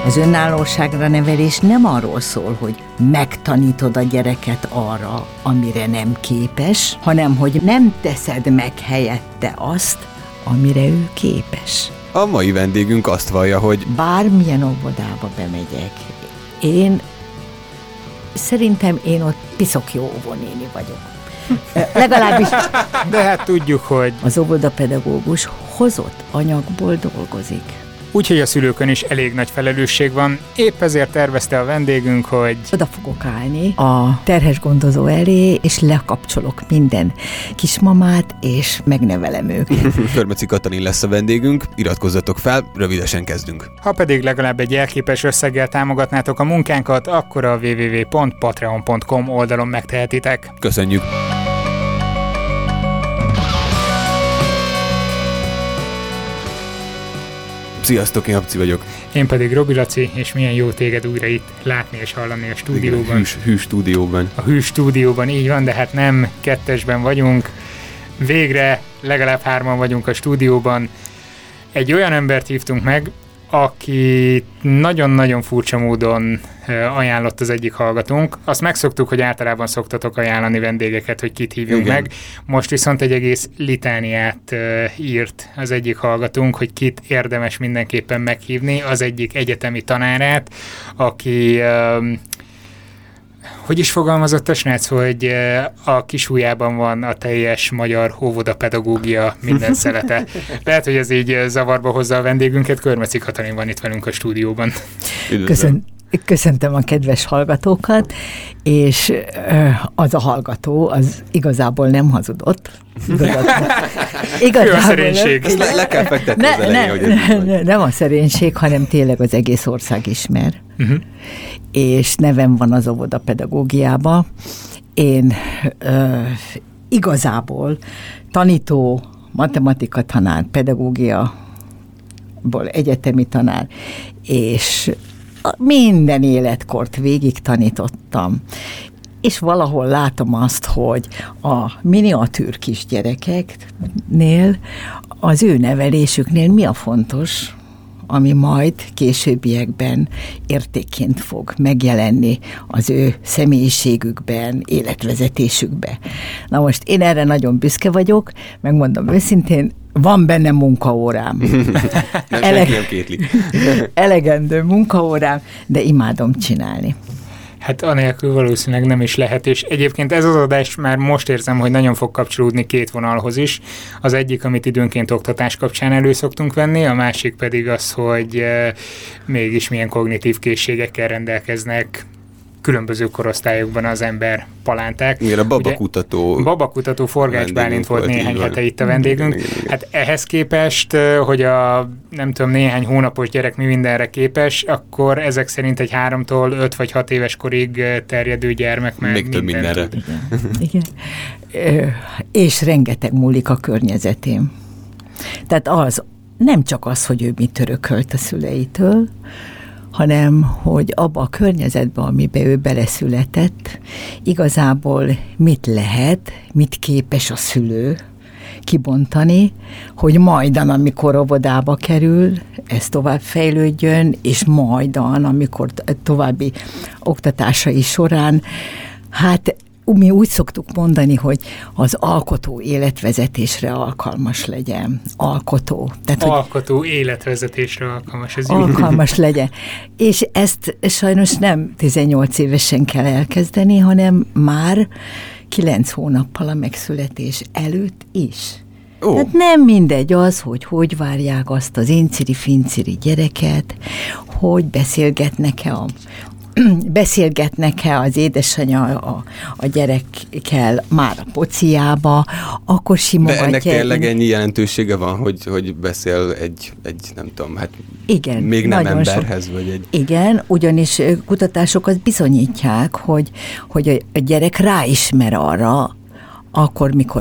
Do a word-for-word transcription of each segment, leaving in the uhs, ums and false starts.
Az önállóságra nevelés nem arról szól, hogy megtanítod a gyereket arra, amire nem képes, hanem hogy nem teszed meg helyette azt, amire ő képes. A mai vendégünk azt vallja, hogy bármilyen óvodába bemegyek, én szerintem én ott piszok jó óvónéni vagyok. Legalábbis. De hát tudjuk, hogy az óvodapedagógus hozott anyagból dolgozik. Úgyhogy a szülőkön is elég nagy felelősség van, épp ezért tervezte a vendégünk, hogy oda fogok állni a terhes gondozó elé, és lekapcsolok minden kismamát, és megnevelem őket. Körmeci Katalin lesz a vendégünk, iratkozzatok fel, rövidesen kezdünk. Ha pedig legalább egy jelképes összeggel támogatnátok a munkánkat, akkor a double-u double-u double-u pont patreon pont com oldalon megtehetitek. Köszönjük! Sziasztok, én Habci vagyok. Én pedig Robi Laci, és milyen jó téged újra itt látni és hallani a stúdióban. Igen, hűs, hűs stúdióban. A hűs stúdióban, így van, de hát nem kettesben vagyunk. Végre legalább hárman vagyunk a stúdióban. Egy olyan embert hívtunk meg, aki nagyon-nagyon furcsa módon ajánlott az egyik hallgatónk. Azt megszoktuk, hogy általában szoktatok ajánlani vendégeket, hogy kit hívjunk Igen. meg. Most viszont egy egész litániát írt az egyik hallgatónk, hogy kit érdemes mindenképpen meghívni. Az egyik egyetemi tanárát, aki... Hogy is fogalmazott a srác, hogy a kisujjában van a teljes magyar óvodapedagógia minden szelete. Lehet, hogy ez így zavarba hozza a vendégünket. Körmeci Katalin van itt velünk a stúdióban. Köszön, köszöntöm a kedves hallgatókat, és az a hallgató, az igazából nem hazudott. Igazából, igazából a szerénység. Ezt le, le kell fektetni ne, az elején, ne, hogy ez ne, Nem a szerénység, hanem tényleg az egész ország ismer. Uh-huh. És nevem van az óvodapedagógiába. Én ö, igazából tanító, matematika tanár, pedagógiaból egyetemi tanár, és minden életkort végig tanítottam. És valahol látom azt, hogy a miniatűr kisgyerekeknél, az ő nevelésüknél mi a fontos, ami majd későbbiekben értékként fog megjelenni az ő személyiségükben, életvezetésükben. Na most én erre nagyon büszke vagyok, megmondom őszintén, van benne munkaórám. Nem, Eleg... nem kétli. Elegendő munkaórám, de imádom csinálni. Hát anélkül valószínűleg nem is lehet, és egyébként ez az adás már most érzem, hogy nagyon fog kapcsolódni két vonalhoz is. Az egyik, amit időnként oktatás kapcsán elő szoktunk venni, a másik pedig az, hogy e, mégis milyen kognitív készségekkel rendelkeznek különböző korosztályokban az ember palánták. Igen, a babakutató. Babakutató Forgács Bálint volt néhány hete itt a vendégünk. Igen, igen, igen. Hát ehhez képest, hogy a nem tudom, néhány hónapos gyerek mi mindenre képes, akkor ezek szerint egy háromtól öt vagy hat éves korig terjedő gyermek már még több mindenre. Igen. Igen. Ö, és rengeteg múlik a környezetén. Tehát az, nem csak az, hogy ő mit örökölt a szüleitől, hanem hogy abba a környezetben, amiben ő beleszületett, igazából mit lehet, mit képes a szülő kibontani, hogy majdan, amikor óvodába kerül, ez tovább fejlődjön, és majdan, amikor további oktatásai során, hát mi úgy szoktuk mondani, hogy az alkotó életvezetésre alkalmas legyen. Alkotó. Tehát, alkotó hogy életvezetésre alkalmas. Ez alkalmas jó. legyen. És ezt sajnos nem tizennyolc évesen kell elkezdeni, hanem már kilenc hónappal a megszületés előtt is. Oh. Tehát nem mindegy az, hogy hogy várják azt az inciri-finciri gyereket, hogy beszélgetnek-e a beszélgetnek-e az édesanyja a, a gyerekkel már a pociába, akkor simogatja. De ennek tényleg ennyi jelentősége van, hogy, hogy beszél egy, egy, nem tudom, hát igen, még nem emberhez, sok, vagy egy... Igen, ugyanis kutatások azt bizonyítják, hogy, hogy a gyerek ráismer arra, akkor, mikor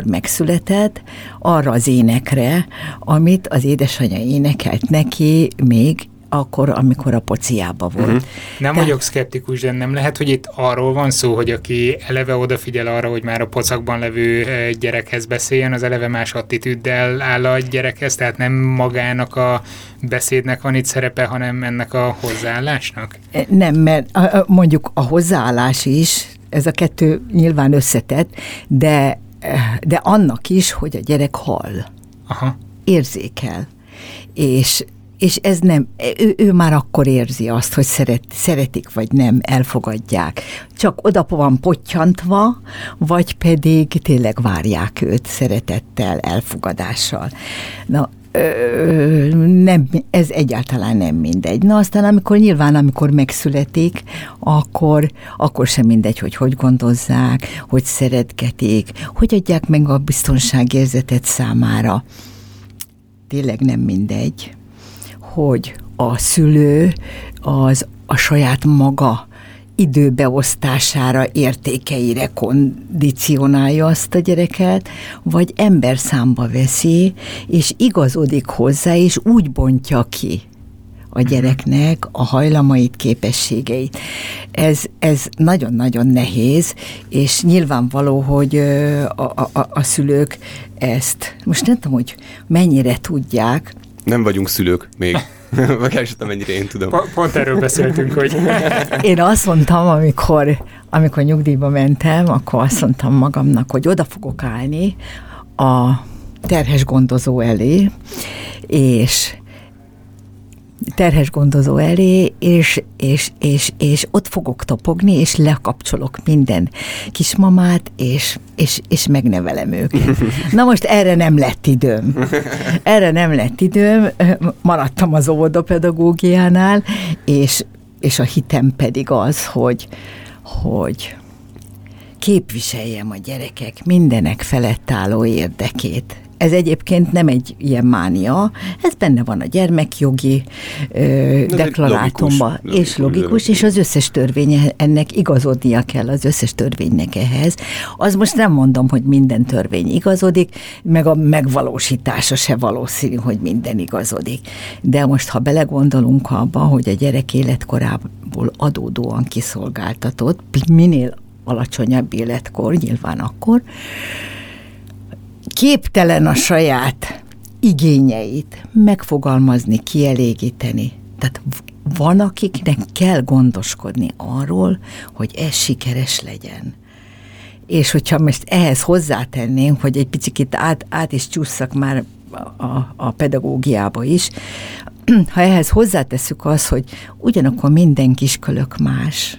megszületett, arra az énekre, amit az édesanyja énekelt neki még akkor, amikor a pociába volt. Uh-huh. Nem De... vagyok szkeptikus, de nem lehet, hogy itt arról van szó, hogy aki eleve odafigyel arra, hogy már a pocakban levő gyerekhez beszéljen, az eleve más attitűddel áll a gyerekhez, tehát nem magának a beszédnek van itt szerepe, hanem ennek a hozzáállásnak? Nem, mert mondjuk a hozzáállás is, ez a kettő nyilván összetett, de, de annak is, hogy a gyerek hall. Aha. Érzékel. És És ez nem, ő, ő már akkor érzi azt, hogy szeret, szeretik, vagy nem, elfogadják. Csak oda van pottyantva, vagy pedig tényleg várják őt szeretettel, elfogadással. Na, ö, nem, ez egyáltalán nem mindegy. Na aztán, amikor nyilván, amikor megszületik, akkor, akkor sem mindegy, hogy hogy gondozzák, hogy szeretgetik, hogy adják meg a biztonságérzetet számára. Tényleg nem mindegy, hogy a szülő az a saját maga időbeosztására, értékeire kondicionálja azt a gyereket, vagy emberszámba veszi, és igazodik hozzá, és úgy bontja ki a gyereknek a hajlamait, képességeit. Ez, ez nagyon-nagyon nehéz, és nyilvánvaló, hogy a, a, a szülők ezt, most nem tudom, hogy mennyire tudják. Nem vagyunk szülők még. Vagy is tudom, mennyire én tudom. Pont erről beszéltünk, hogy... Én azt mondtam, amikor, amikor nyugdíjba mentem, akkor azt mondtam magamnak, hogy oda fogok állni a terhes gondozó elé, és terhes gondozó elé, és, és, és, és ott fogok topogni, és lekapcsolok minden kismamát, és, és, és megnevelem őket. Na most erre nem lett időm. Erre nem lett időm, maradtam az óvodapedagógiánál, és, és a hitem pedig az, hogy, hogy képviseljem a gyerekek mindenek felett álló érdekét. Ez egyébként nem egy ilyen mánia, ez benne van a gyermekjogi ö, deklarátumban, logikus, és logikus, és az összes törvény ennek igazodnia kell, az összes törvénynek ehhez. Az most nem mondom, hogy minden törvény igazodik, meg a megvalósítása se valószínű, hogy minden igazodik. De most, ha belegondolunk abba, hogy a gyerek életkorából adódóan kiszolgáltatott, minél alacsonyabb életkor, nyilván akkor, képtelen a saját igényeit megfogalmazni, kielégíteni. Tehát van, akiknek kell gondoskodni arról, hogy ez sikeres legyen. És hogyha most ehhez hozzátennénk, hogy egy picit át, át is csúszszak már a, a pedagógiába is, ha ehhez hozzátesszük azt, hogy ugyanakkor minden kiskölök más,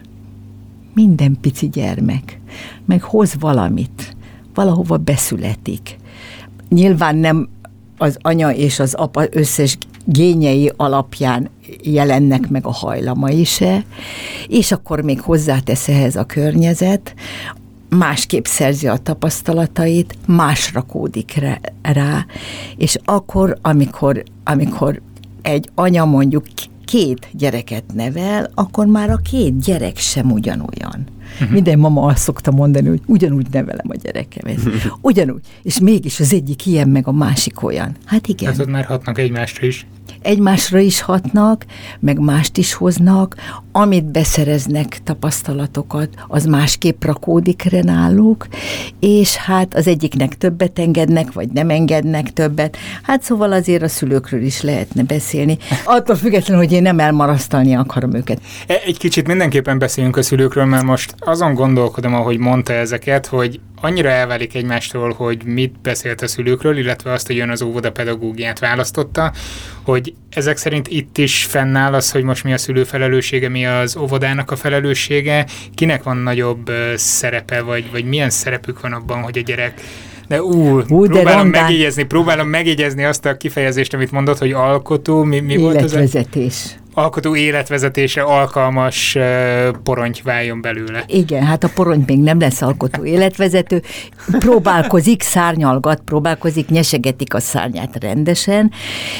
minden pici gyermek, meg hoz valamit, valahova beszületik. Nyilván nem az anya és az apa összes gényei alapján jelennek meg a hajlamai se, és akkor még hozzátesz ehhez a környezet, másképp szerzi a tapasztalatait, más rakódik rá, és akkor, amikor, amikor egy anya mondjuk két gyereket nevel, akkor már a két gyerek sem ugyanolyan. Uh-huh. Minden mama azt szokta mondani, hogy ugyanúgy nevelem a gyerekemet. Ugyanúgy. És mégis az egyik ilyen, meg a másik olyan. Hát igen. Hát ott már hatnak egymásra is. Egymásra is hatnak, meg mást is hoznak, amit beszereznek tapasztalatokat, az másképp rakódik re náluk, és hát az egyiknek többet engednek, vagy nem engednek többet. Hát szóval azért a szülőkről is lehetne beszélni. Attól függetlenül, hogy én nem elmarasztalni akarom őket. Egy kicsit mindenképpen beszéljünk a szülőkről, mert most azon gondolkodom, ahogy mondta ezeket, hogy annyira elválik egymástól, hogy mit beszélt a szülőkről, illetve azt, hogy ön az óvodapedagógiát választotta, hogy ezek szerint itt is fennáll az, hogy most mi a szülő felelőssége, mi az óvodának a felelőssége, kinek van nagyobb szerepe, vagy, vagy milyen szerepük van abban, hogy a gyerek... De ú, ú de próbálom megjegyezni, próbálom megjegyezni azt a kifejezést, amit mondott, hogy alkotó, mi, mi volt az? Életvezetés. Alkotó életvezetésre alkalmas uh, porony váljon belőle. Igen, hát a porony még nem lesz alkotó életvezető. Próbálkozik, szárnyalgat, próbálkozik, nyesegetik a szárnyát rendesen,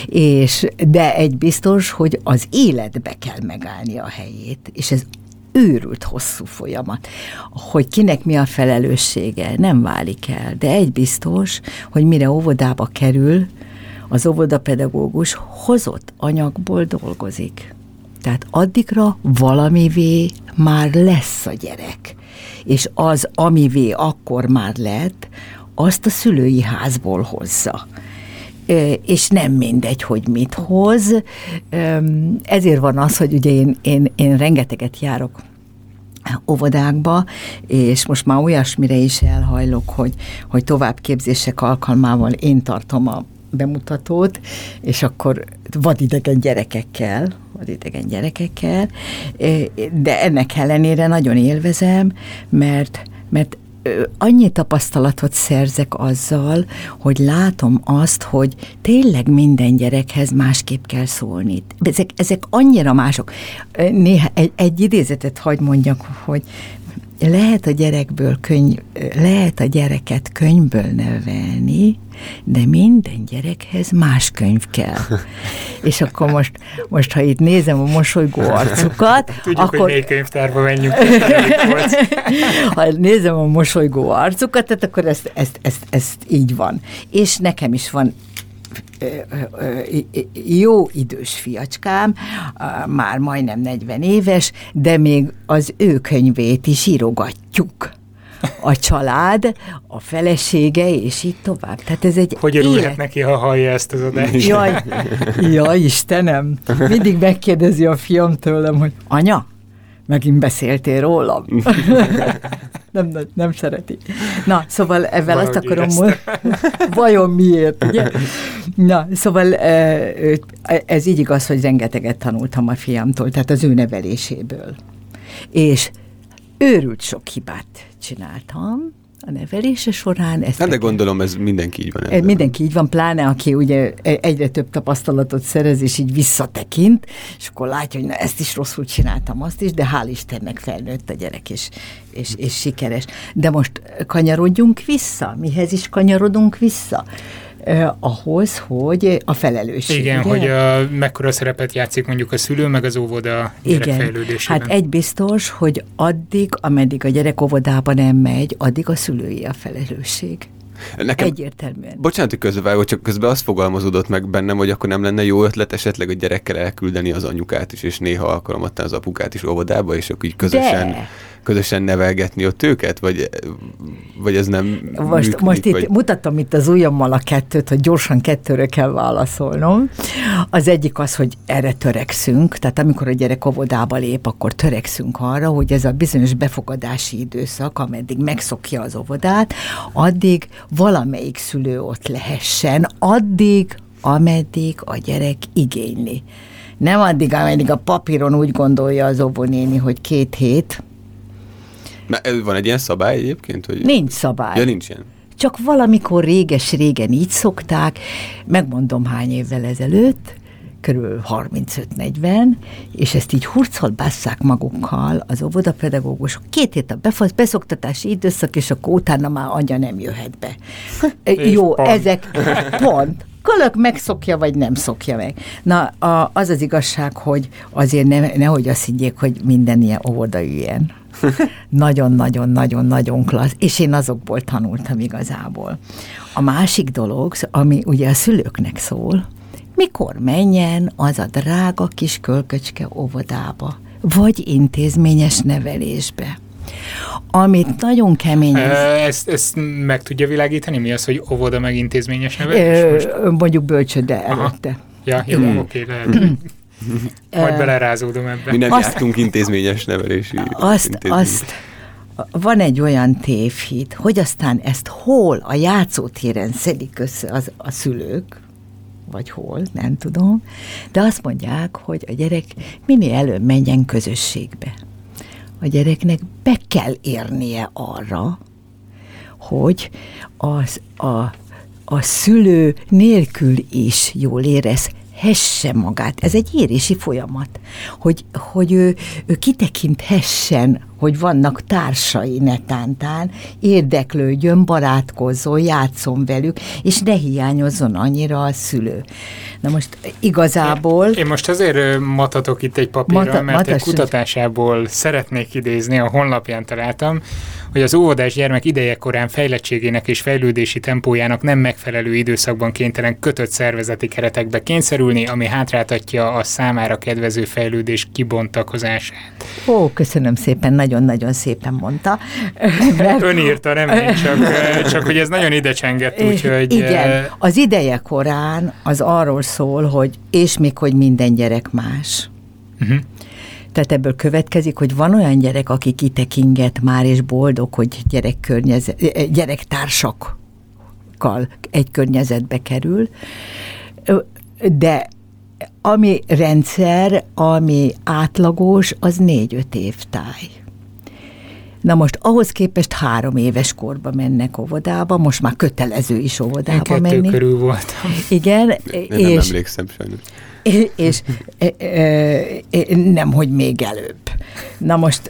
és de egy biztos, hogy az életbe kell megállni a helyét, és ez őrült hosszú folyamat. Hogy kinek mi a felelőssége, nem válik el, de egy biztos, hogy mire óvodába kerül, az óvodapedagógus hozott anyagból dolgozik. Tehát addigra valamivé már lesz a gyerek. És az, amivé akkor már lett, azt a szülői házból hozza. És nem mindegy, hogy mit hoz. Ezért van az, hogy ugye én, én, én rengeteget járok óvodákba, és most már olyasmire is elhajlok, hogy, hogy továbbképzések alkalmával én tartom a bemutatót, és akkor vadidegen gyerekekkel, vadidegen gyerekekkel, de ennek ellenére nagyon élvezem, mert, mert annyi tapasztalatot szerzek azzal, hogy látom azt, hogy tényleg minden gyerekhez másképp kell szólni. Ezek, ezek annyira mások. Néha egy, egy idézetet hagy mondjak, hogy lehet a gyerekből könyv, lehet a gyereket könyvből nevelni, de minden gyerekhez más könyv kell. És akkor most, most ha itt nézem a mosolygó arcukat, tudjuk, akkor... hogy melyik könyvtárba menjünk. Ha nézem a mosolygó arcukat, tehát akkor ezt, ezt, ezt, ezt így van. És nekem is van jó idős fiacskám, már majdnem negyven éves, de még az ő könyvét is írogatjuk. A család, a felesége, és így tovább. Tehát ez egy hogy örülhet élet... neki, ha hallja ezt az adást? Jaj, jaj, Istenem! Mindig megkérdezi a fiam tőlem, hogy anya, megint beszéltél rólam? nem, nem, nem szereti. Na, szóval ezzel valahogy azt akarom mondani, vajon miért, ugye? Na, szóval ez így igaz, hogy rengeteget tanultam a fiamtól, tehát az ő neveléséből. És őrült sok hibát csináltam a nevelése során. Hát de gondolom, ez mindenki így van. Ebben. Mindenki így van, pláne aki ugye egyre több tapasztalatot szerez, és így visszatekint, és akkor látja, hogy na, ezt is rosszul csináltam, azt is, de hál' Istennek felnőtt a gyerek, és, és, és sikeres. De most kanyarodjunk vissza. Mihez is kanyarodunk vissza? Eh, ahhoz, hogy a felelősség. Igen, ugye? Hogy a, mekkora szerepet játszik mondjuk a szülő, meg az óvoda gyerekfejlődésében. Hát egy biztos, hogy addig, ameddig a gyerek óvodába nem megy, addig a szülői a felelősség. Nekem, egyértelműen. Bocsánat, hogy közbevágok, csak közben azt fogalmazódott meg bennem, hogy akkor nem lenne jó ötlet esetleg a gyerekkel elküldeni az anyukát is, és néha alkalmatlan az apukát is óvodába, és akkor így közösen... De. közösen nevelgetni ott őket, vagy, vagy ez nem Most, működik, most itt vagy... mutatom itt az ujjammal a kettőt, hogy gyorsan kettőre kell válaszolnom. Az egyik az, hogy erre törekszünk, tehát amikor a gyerek óvodába lép, akkor törekszünk arra, hogy ez a bizonyos befogadási időszak, ameddig megszokja az óvodát, addig valamelyik szülő ott lehessen, addig, ameddig a gyerek igényli. Nem addig, ameddig a papíron úgy gondolja az óvónéni, hogy két hét. Van egy ilyen szabály egyébként? Hogy... Nincs szabály. Ja, nincs ilyen. Csak valamikor réges-régen így szokták, megmondom hány évvel ezelőtt, körül harmincöt-negyven, és ezt így hurcolbásszák magukkal az óvodapedagógusok. Két hét a beszoktatási időszak, és akkor utána már anya nem jöhet be. Jó, pont. Ezek pont. Kölök megszokja, vagy nem szokja meg. Na, a, az az igazság, hogy azért ne, nehogy azt higgyék, hogy minden ilyen óvoda ilyen. Nagyon-nagyon-nagyon-nagyon klassz, és én azokból tanultam igazából. A másik dolog, ami ugye a szülőknek szól, mikor menjen az a drága kis kölköcske óvodába, vagy intézményes nevelésbe, amit nagyon keményen... Ezt, ezt meg tudja világítani? Mi az, hogy óvoda meg intézményes nevelés? Ö, mondjuk bölcsőde előtte. Ja, jó, mm. oké, lehet. Majd belerázódom ebben. Mi nem azt, jártunk intézményes nevelési azt, intézmény. Azt van egy olyan tévhit, hogy aztán ezt hol a játszótéren szedik össze az, a szülők, vagy hol, nem tudom, de azt mondják, hogy a gyerek minél előbb menjen közösségbe. A gyereknek be kell érnie arra, hogy az, a, a szülő nélkül is jól érezhesse magát. Ez egy érési folyamat, hogy, hogy ő, ő kitekinthessen hogy vannak társai netántán, érdeklődjön, barátkozzon, játszon velük, és ne hiányozzon annyira a szülő. Na most igazából... Én, én most azért matatok itt egy papírra, Mata, mert mata egy kutatásából szeretnék idézni, a honlapján találtam, hogy az óvodás gyermek idejekorán fejlettségének és fejlődési tempójának nem megfelelő időszakban kénytelen kötött szervezeti keretekbe kényszerülni, ami hátráltatja a számára kedvező fejlődés kibontakozását. Ó, köszönöm szépen, nagyon-nagyon szépen mondta. Mert... Ön írta, nem én, csak, csak hogy ez nagyon ide csengett, úgyhogy... Igen, az idejekorán az arról szól, hogy és még, hogy minden gyerek más. Uh-huh. Tehát ebből következik, hogy van olyan gyerek, aki kitekinget már, és boldog, hogy gyerekkörnyezet, gyerektársakkal egy környezetbe kerül, de ami rendszer, ami átlagos, az négy-öt év táj. Na most ahhoz képest három éves korba mennek óvodába, most már kötelező is óvodába Én menni. kettő körül voltam. Igen. Én és, nem emlékszem sajnos. És, és nem, hogy még előbb. Na most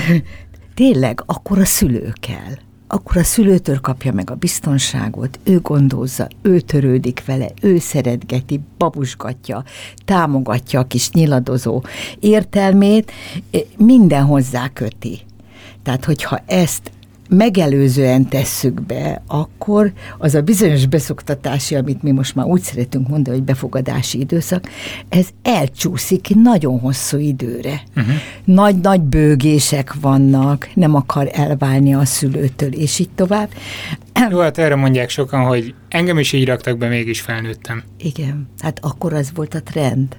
tényleg akkor a szülő kell. Akkor a szülőtől kapja meg a biztonságot, ő gondozza, ő törődik vele, ő szeretgeti, babusgatja, támogatja a kis nyiladozó értelmét, minden hozzá köti. Tehát, hogyha ezt megelőzően tesszük be, akkor az a bizonyos beszoktatási, amit mi most már úgy szeretünk mondani, hogy befogadási időszak, ez elcsúszik nagyon hosszú időre. Uh-huh. Nagy-nagy bőgések vannak, nem akar elválni a szülőtől, és így tovább. Jó, hát erre mondják sokan, hogy engem is így raktak be, mégis felnőttem. Igen, hát akkor az volt a trend.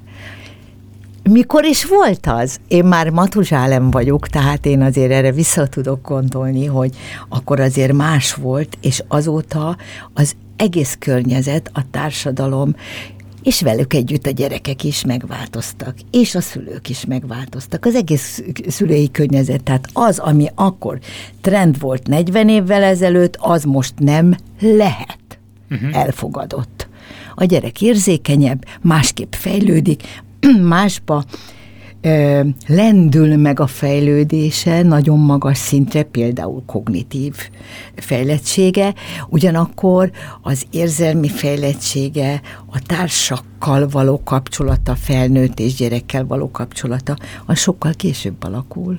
Mikor is volt az? Én már Matuzsálem vagyok, tehát én azért erre vissza tudok gondolni, hogy akkor azért más volt, és azóta az egész környezet, a társadalom, és velük együtt a gyerekek is megváltoztak, és a szülők is megváltoztak. Az egész szülői környezet, tehát az, ami akkor trend volt negyven évvel ezelőtt, az most nem lehet uh-huh. elfogadott. A gyerek érzékenyebb, másképp fejlődik, másba ö, lendül meg a fejlődése nagyon magas szintre, például kognitív fejlettsége, ugyanakkor az érzelmi fejlettsége, a társakkal való kapcsolata, felnőtt és gyerekkel való kapcsolata, az sokkal később alakul.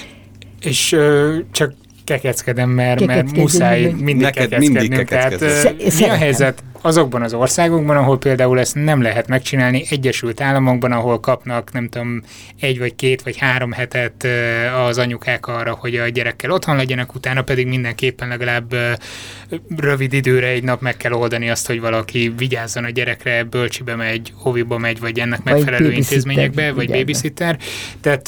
És ö, csak kekeckedem, mert, mert muszáj mindig kekeckednünk. Tehát mi a helyzet azokban az országokban, ahol például ezt nem lehet megcsinálni, Egyesült Államokban, ahol kapnak, nem tudom, egy vagy két vagy három hetet az anyukák arra, hogy a gyerekkel otthon legyenek, utána pedig mindenképpen legalább rövid időre egy nap meg kell oldani azt, hogy valaki vigyázzon a gyerekre, bölcsibe megy, óviba megy, vagy ennek megfelelő vagy intézményekbe, vagy igen. babysitter. Tehát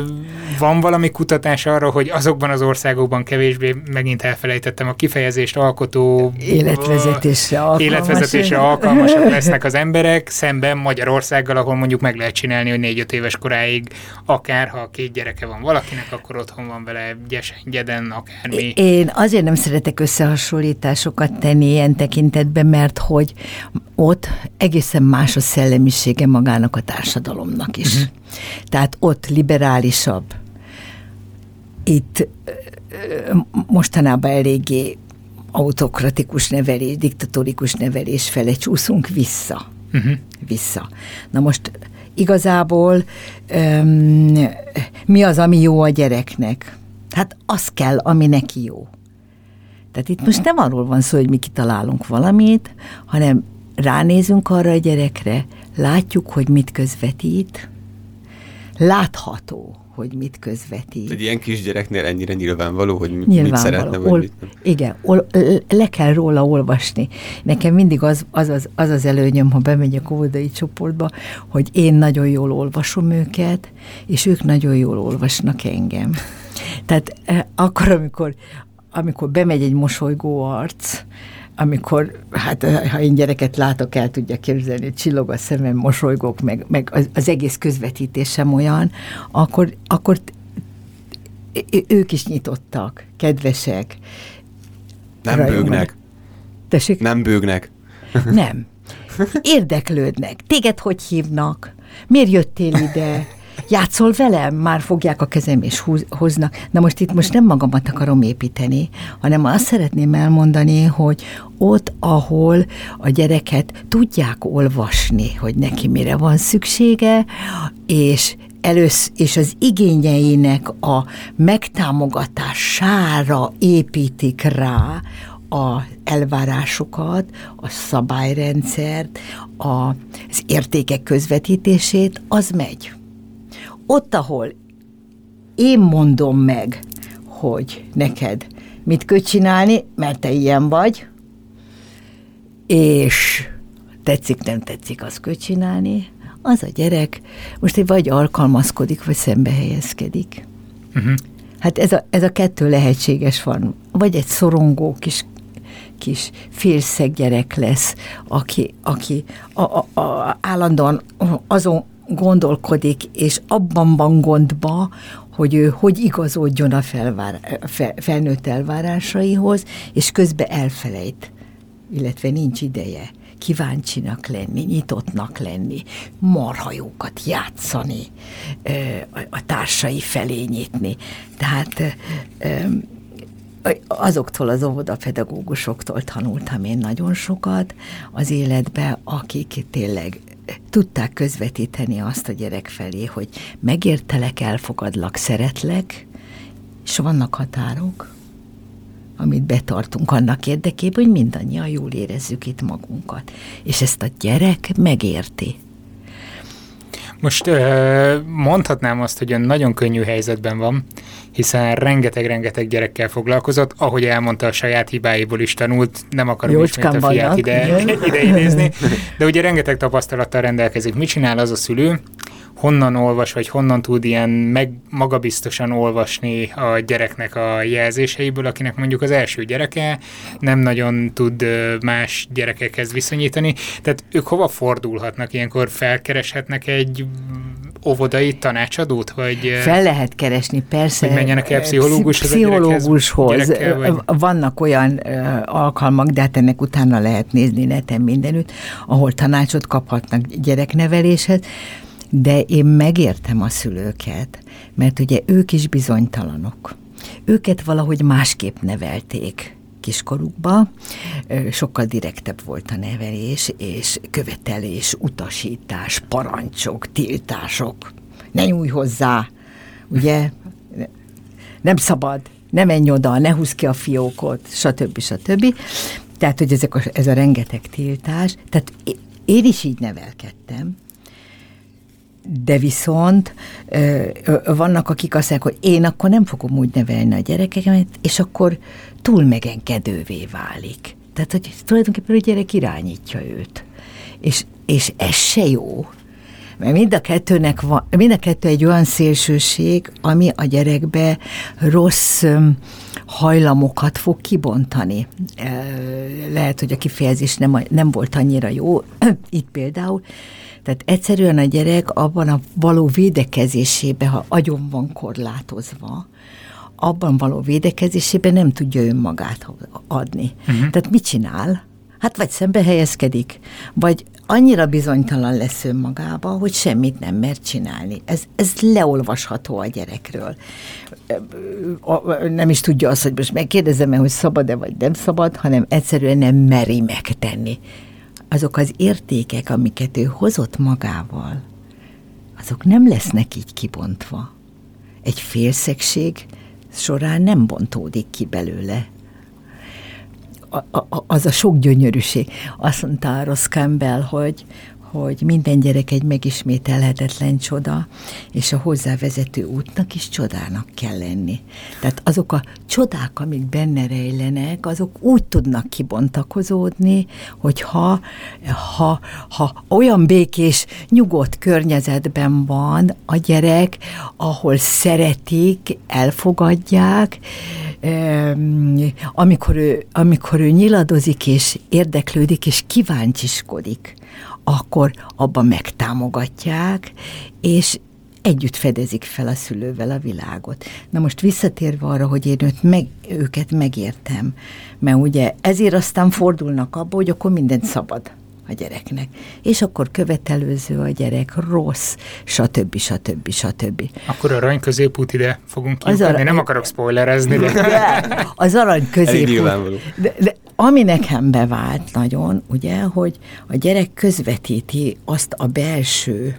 van valami kutatás arra, hogy azokban az országokban kevésbé, megint elfelejtettem a kifejezést, alkotó életvezetésre alkalmas. Életvezetésre alkalmasak lesznek az emberek, szemben Magyarországgal, ahol mondjuk meg lehet csinálni, hogy négy-öt éves koráig, akár ha két gyereke van valakinek, akkor otthon van vele gyesen, gyeden, akármi. Én azért nem szeretek összehasonlításokat tenni ilyen tekintetben, mert hogy ott egészen más a szellemisége magának a társadalomnak is. Uh-huh. Tehát ott liberálisabb. Itt mostanában eléggé autokratikus nevelés, diktatórikus nevelés fele csúszunk vissza. Uh-huh. Vissza. Na most igazából um, mi az, ami jó a gyereknek? Hát az kell, ami neki jó. Tehát itt most nem arról van szó, hogy mi kitalálunk valamit, hanem ránézünk arra a gyerekre, látjuk, hogy mit közvetít, látható, hogy mit közvetít. Egy ilyen kisgyereknél ennyire nyilvánvaló, hogy nyilvánvaló. mit szeretne, vagy Ol, mit nem. Igen, ol, le kell róla olvasni. Nekem mindig az az, az, az, az előnyöm, ha bemegyek óvodai csoportba, hogy én nagyon jól olvasom őket, és ők nagyon jól olvasnak engem. Tehát eh, akkor, amikor, amikor bemegy egy mosolygó arc, amikor, hát ha én gyereket látok, el tudja képzelni, hogy csillog a szemem, mosolygok, meg, meg az, az egész közvetítésem olyan, akkor, akkor ők is nyitottak, kedvesek. Nem rajongan. Bőgnek. Tessék? Nem bőgnek. Nem. Érdeklődnek. Téged hogy hívnak? Miért jöttél ide? játszol velem? Már fogják a kezem és húz, hoznak. Na most itt most nem magamat akarom építeni, hanem azt szeretném elmondani, hogy ott, ahol a gyereket tudják olvasni, hogy neki mire van szüksége, és először, és az igényeinek a megtámogatására építik rá az elvárásokat, a szabályrendszert, az értékek közvetítését, az megy. Ott, ahol én mondom meg, hogy neked mit kell csinálni, mert te ilyen vagy, és tetszik, nem tetszik, azt kell csinálni, az a gyerek most vagy alkalmazkodik, vagy szembe helyezkedik. Uh-huh. Hát ez a, ez a kettő lehetséges van. Vagy egy szorongó kis, kis félszeg gyerek lesz, aki, aki a, a, a, állandóan azon gondolkodik, és abban van gondba, hogy ő hogy igazodjon a felvár, fel, felnőtt elvárásaihoz, és közben elfelejt, illetve nincs ideje kíváncsinak lenni, nyitottnak lenni, marhajókat játszani, a társai felé nyitni. Tehát azoktól az óvodapedagógusoktól tanultam én nagyon sokat az életbe, akik tényleg tudták közvetíteni azt a gyerek felé, hogy megértelek, elfogadlak, szeretlek, és vannak határok, amit betartunk annak érdekében, hogy mindannyian jól érezzük itt magunkat. És ezt a gyerek megérti. Most mondhatnám azt, hogy ön nagyon könnyű helyzetben van, hiszen rengeteg-rengeteg gyerekkel foglalkozott, ahogy elmondta, a saját hibáiból is tanult, nem akarom Jócskán ismét a fiát ide, ide idézni, de ugye rengeteg tapasztalattal rendelkezik. Mit csinál az a szülő? Honnan olvas, vagy honnan tud ilyen meg magabiztosan olvasni a gyereknek a jelzéseiből, akinek mondjuk az első gyereke nem nagyon tud más gyerekekhez viszonyítani. Tehát ők hova fordulhatnak? Ilyenkor felkereshetnek egy óvodai tanácsadót? Vagy fel lehet keresni, persze. Hogy menjenek el pszichológushoz? Pszichológushoz. Vannak olyan alkalmak, de hát ennek utána lehet nézni neten mindenütt, ahol tanácsot kaphatnak gyerekneveléshez. De én megértem a szülőket, mert ugye ők is bizonytalanok. Őket valahogy másképp nevelték kiskorukba, sokkal direktebb volt a nevelés, és követelés, utasítás, parancsok, tiltások. Ne nyújj hozzá, ugye? Nem szabad, ne menj oda, ne húzz ki a fiókot, stb. stb. Tehát, hogy ezek a, ez a rengeteg tiltás, tehát én is így nevelkedtem, de viszont ö, ö, vannak, akik azt mondják, hogy én akkor nem fogom úgy nevelni a gyerekemet, és akkor túl megengedővé válik. Tehát, hogy tulajdonképpen a gyerek irányítja őt. És, és ez se jó. Mert mind a kettőnek van, mind a kettő egy olyan szélsőség, ami a gyerekbe rossz öm, hajlamokat fog kibontani. Lehet, hogy a kifejezés nem, nem volt annyira jó, itt például. Tehát egyszerűen a gyerek abban a való védekezésében, ha agyon van korlátozva, abban való védekezésében nem tudja önmagát adni. Uh-huh. Tehát mit csinál? Hát vagy szembe helyezkedik, vagy annyira bizonytalan lesz önmagába, hogy semmit nem mer csinálni. Ez, ez leolvasható a gyerekről. Nem is tudja azt, hogy most megkérdezem-e, hogy szabad-e vagy nem szabad, hanem egyszerűen nem meri megtenni. Azok az értékek, amiket ő hozott magával, azok nem lesznek így kibontva. Egy félszegség során nem bontódik ki belőle. A, a, az a sok gyönyörűség. Azt mondta Ross Campbell, hogy, hogy minden gyerek egy megismételhetetlen csoda, és a hozzávezető útnak is csodának kell lenni. Tehát azok a csodák, amik benne rejlenek, azok úgy tudnak kibontakozódni, hogy ha, ha, ha olyan békés, nyugodt környezetben van a gyerek, ahol szeretik, elfogadják, amikor ő, amikor ő nyiladozik, és érdeklődik, és kíváncsiskodik, akkor abban megtámogatják, és együtt fedezik fel a szülővel a világot. Na most visszatérve arra, hogy én őt meg, őket megértem, mert ugye ezért aztán fordulnak abba, hogy akkor mindent szabad. a gyereknek. És akkor követelőző a gyerek, rossz, stb. stb. stb. Akkor arany középút ide fogunk kiutatni. Nem akarok spoilerezni. De... de az arany középút. De, de ami nekem bevált nagyon, ugye, hogy a gyerek közvetíti azt a belső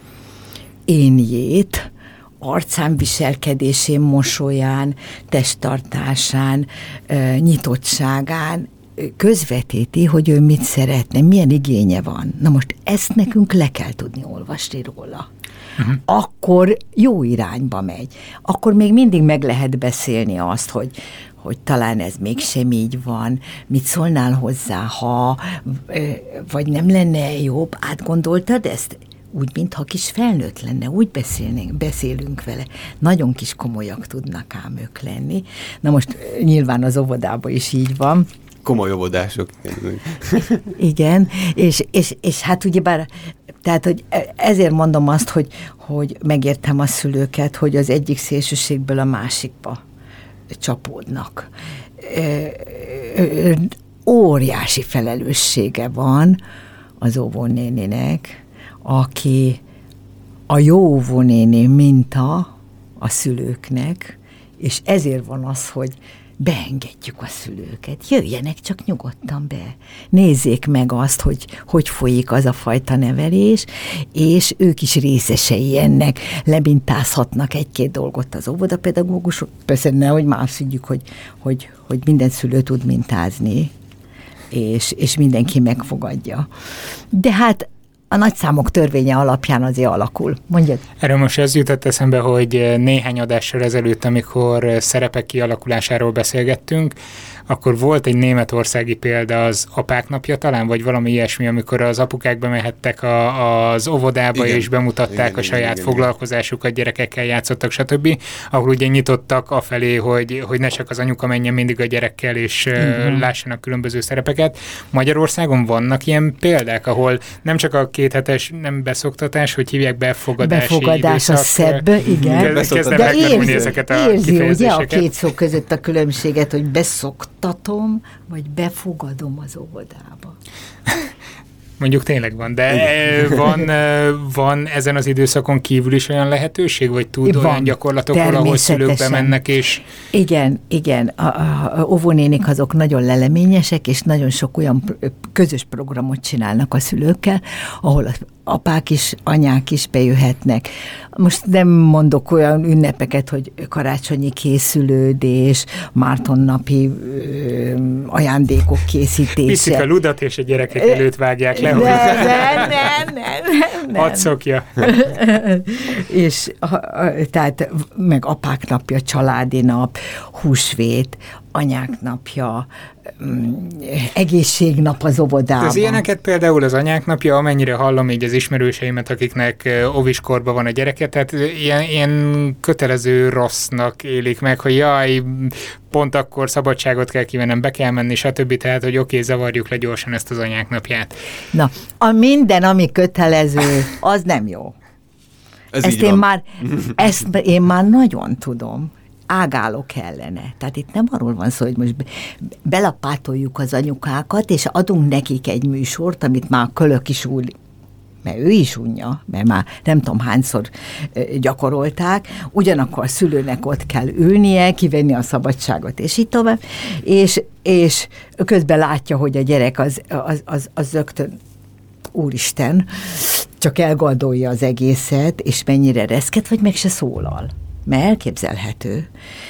énjét, arcán, viselkedésén, mosolyán, testtartásán, nyitottságán, közvetíti, hogy ő mit szeretne, milyen igénye van. Na most ezt nekünk le kell tudni olvasni róla. Uh-huh. Akkor jó irányba megy. Akkor még mindig meg lehet beszélni azt, hogy, hogy talán ez mégsem így van, mit szólnál hozzá, ha, vagy nem lenne jobb, átgondoltad ezt? Úgy, mintha kis felnőtt lenne, úgy beszélnénk, beszélünk vele. Nagyon kis komolyak tudnak ám ők lenni. Na most nyilván az óvodában is így van. Komoly óvodások. Igen, és, és, és hát ugyebár, tehát hogy ezért mondom azt, hogy, hogy megértem a szülőket, hogy az egyik szélsőségből a másikba csapódnak. Óriási felelőssége van az óvónéninek, aki a jó óvónéni minta a szülőknek, és ezért van az, hogy beengedjük a szülőket, jöjjenek csak nyugodtan be, nézzék meg azt, hogy hogy folyik az a fajta nevelés, és ők is részesei ennek, lemintázhatnak egy-két dolgot az óvodapedagógusok, persze nehogy más higgyük, hogy, hogy, hogy minden szülő tud mintázni, és, és mindenki megfogadja. De hát a nagyszámok törvénye alapján azért alakul. Mondjad. Erről most ez jutott eszembe, hogy néhány adással ezelőtt, amikor szerepek kialakulásáról beszélgettünk, akkor volt egy németországi példa, az apák napja talán, vagy valami ilyesmi, amikor az apukák bemehettek a, az óvodába, igen, és bemutatták igen, a saját igen, foglalkozásukat, gyerekekkel játszottak, stb. Ahol ugye nyitottak afelé, hogy, hogy ne csak az anyuka menjen mindig a gyerekkel, és igen, lássanak különböző szerepeket. Magyarországon vannak ilyen példák, ahol nem csak a kéthetes nem beszoktatás, hogy hívják befogadási Befogadás időszak, a szebb, igen. Kezdem megtanulni ezeket a érzi, kifejezéseket. Ugye a két szó között a különbséget, hogy beszoktatom, vagy befogadom az óvodába. Mondjuk tényleg van, de van, van ezen az időszakon kívül is olyan lehetőség, vagy tud van, olyan gyakorlatokról, ahol szülők bemennek, és... Igen, igen. A, a, a óvónénik azok nagyon leleményesek, és nagyon sok olyan közös programot csinálnak a szülőkkel, ahol az apák is, anyák is bejöhetnek. Most nem mondok olyan ünnepeket, hogy karácsonyi készülődés, Mártonnapi ö, ajándékok készítése. Viszik a ludat, és a gyerekek előtt vágják le. Nem, nem, nem, nem, nem. Hadd szokja. És a, a, tehát meg apák napja, családi nap, húsvét, anyák napja, egészségnap az óvodában. Az ilyeneket például az anyák napja, amennyire hallom így az ismerőseimet, akiknek óviskorban van a gyereke, tehát ilyen, ilyen kötelező rossznak élik meg, hogy jaj, pont akkor szabadságot kell kivennem, be kell menni, stb. Tehát, hogy oké, okay, zavarjuk le gyorsan ezt az anyák napját. Na, a minden, ami kötelező, az nem jó. Ez ezt, én már, ezt én már nagyon tudom. Ágálok ellene. Tehát itt nem arról van szó, hogy most belapátoljuk az anyukákat, és adunk nekik egy műsort, amit már kölök is úgy, mert ő is unja, mert már nem tudom hányszor gyakorolták, ugyanakkor a szülőnek ott kell ülnie, kivenni a szabadságot, és így tovább, és, és közben látja, hogy a gyerek az, az, az, az rögtön úristen, csak elgondolja az egészet, és mennyire reszket, vagy meg se szólal. Mert elképzelhető.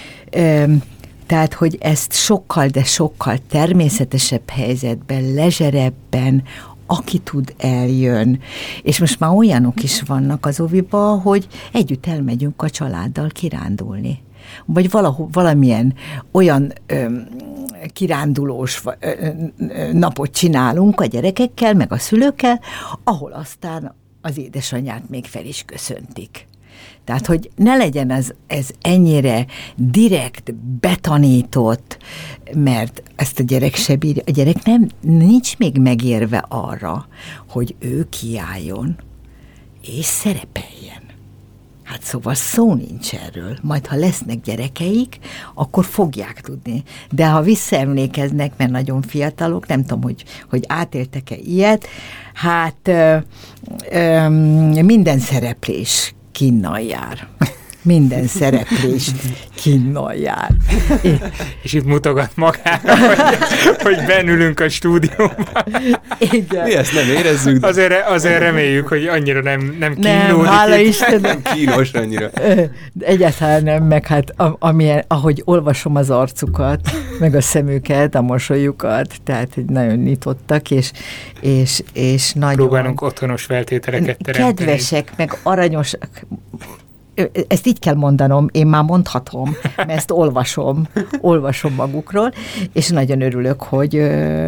Tehát, hogy ezt sokkal, de sokkal természetesebb helyzetben, lezserebben, aki tud, eljön. És most már olyanok is vannak az óviba, hogy együtt elmegyünk a családdal kirándulni. Vagy valahol, valamilyen olyan ö, kirándulós ö, ö, napot csinálunk a gyerekekkel, meg a szülőkkel, ahol aztán az édesanyját még fel is köszöntik. Tehát, hogy ne legyen ez, ez ennyire direkt, betanított, mert ezt a gyerek se bírja. A gyerek nem, nincs még megérve arra, hogy ő kiálljon és szerepeljen. Hát szóval szó nincs erről. Majd, ha lesznek gyerekeik, akkor fogják tudni. De ha visszaemlékeznek, mert nagyon fiatalok, nem tudom, hogy, hogy átéltek-e ilyet, hát ö, ö, minden szereplés kinnal jár. Minden szereplés kinnal jár. És itt mutogat magára, hogy, hogy bennülünk a stúdióban. Igen. Mi ezt nem érezzük? De... Azért, azért reméljük, hogy annyira nem, nem kínlódik. Nem, hála Isten. Nem kínos annyira. Egyáltalán nem, meg hát amilyen, ahogy olvasom az arcukat, meg a szemüket, a mosolyukat, tehát hogy nagyon nyitottak, és, és, és nagyon... Próbálunk otthonos feltételeket teremteni. Kedvesek, meg aranyosak. Ezt így kell mondanom, én már mondhatom, mert ezt olvasom, olvasom magukról, és nagyon örülök, hogy,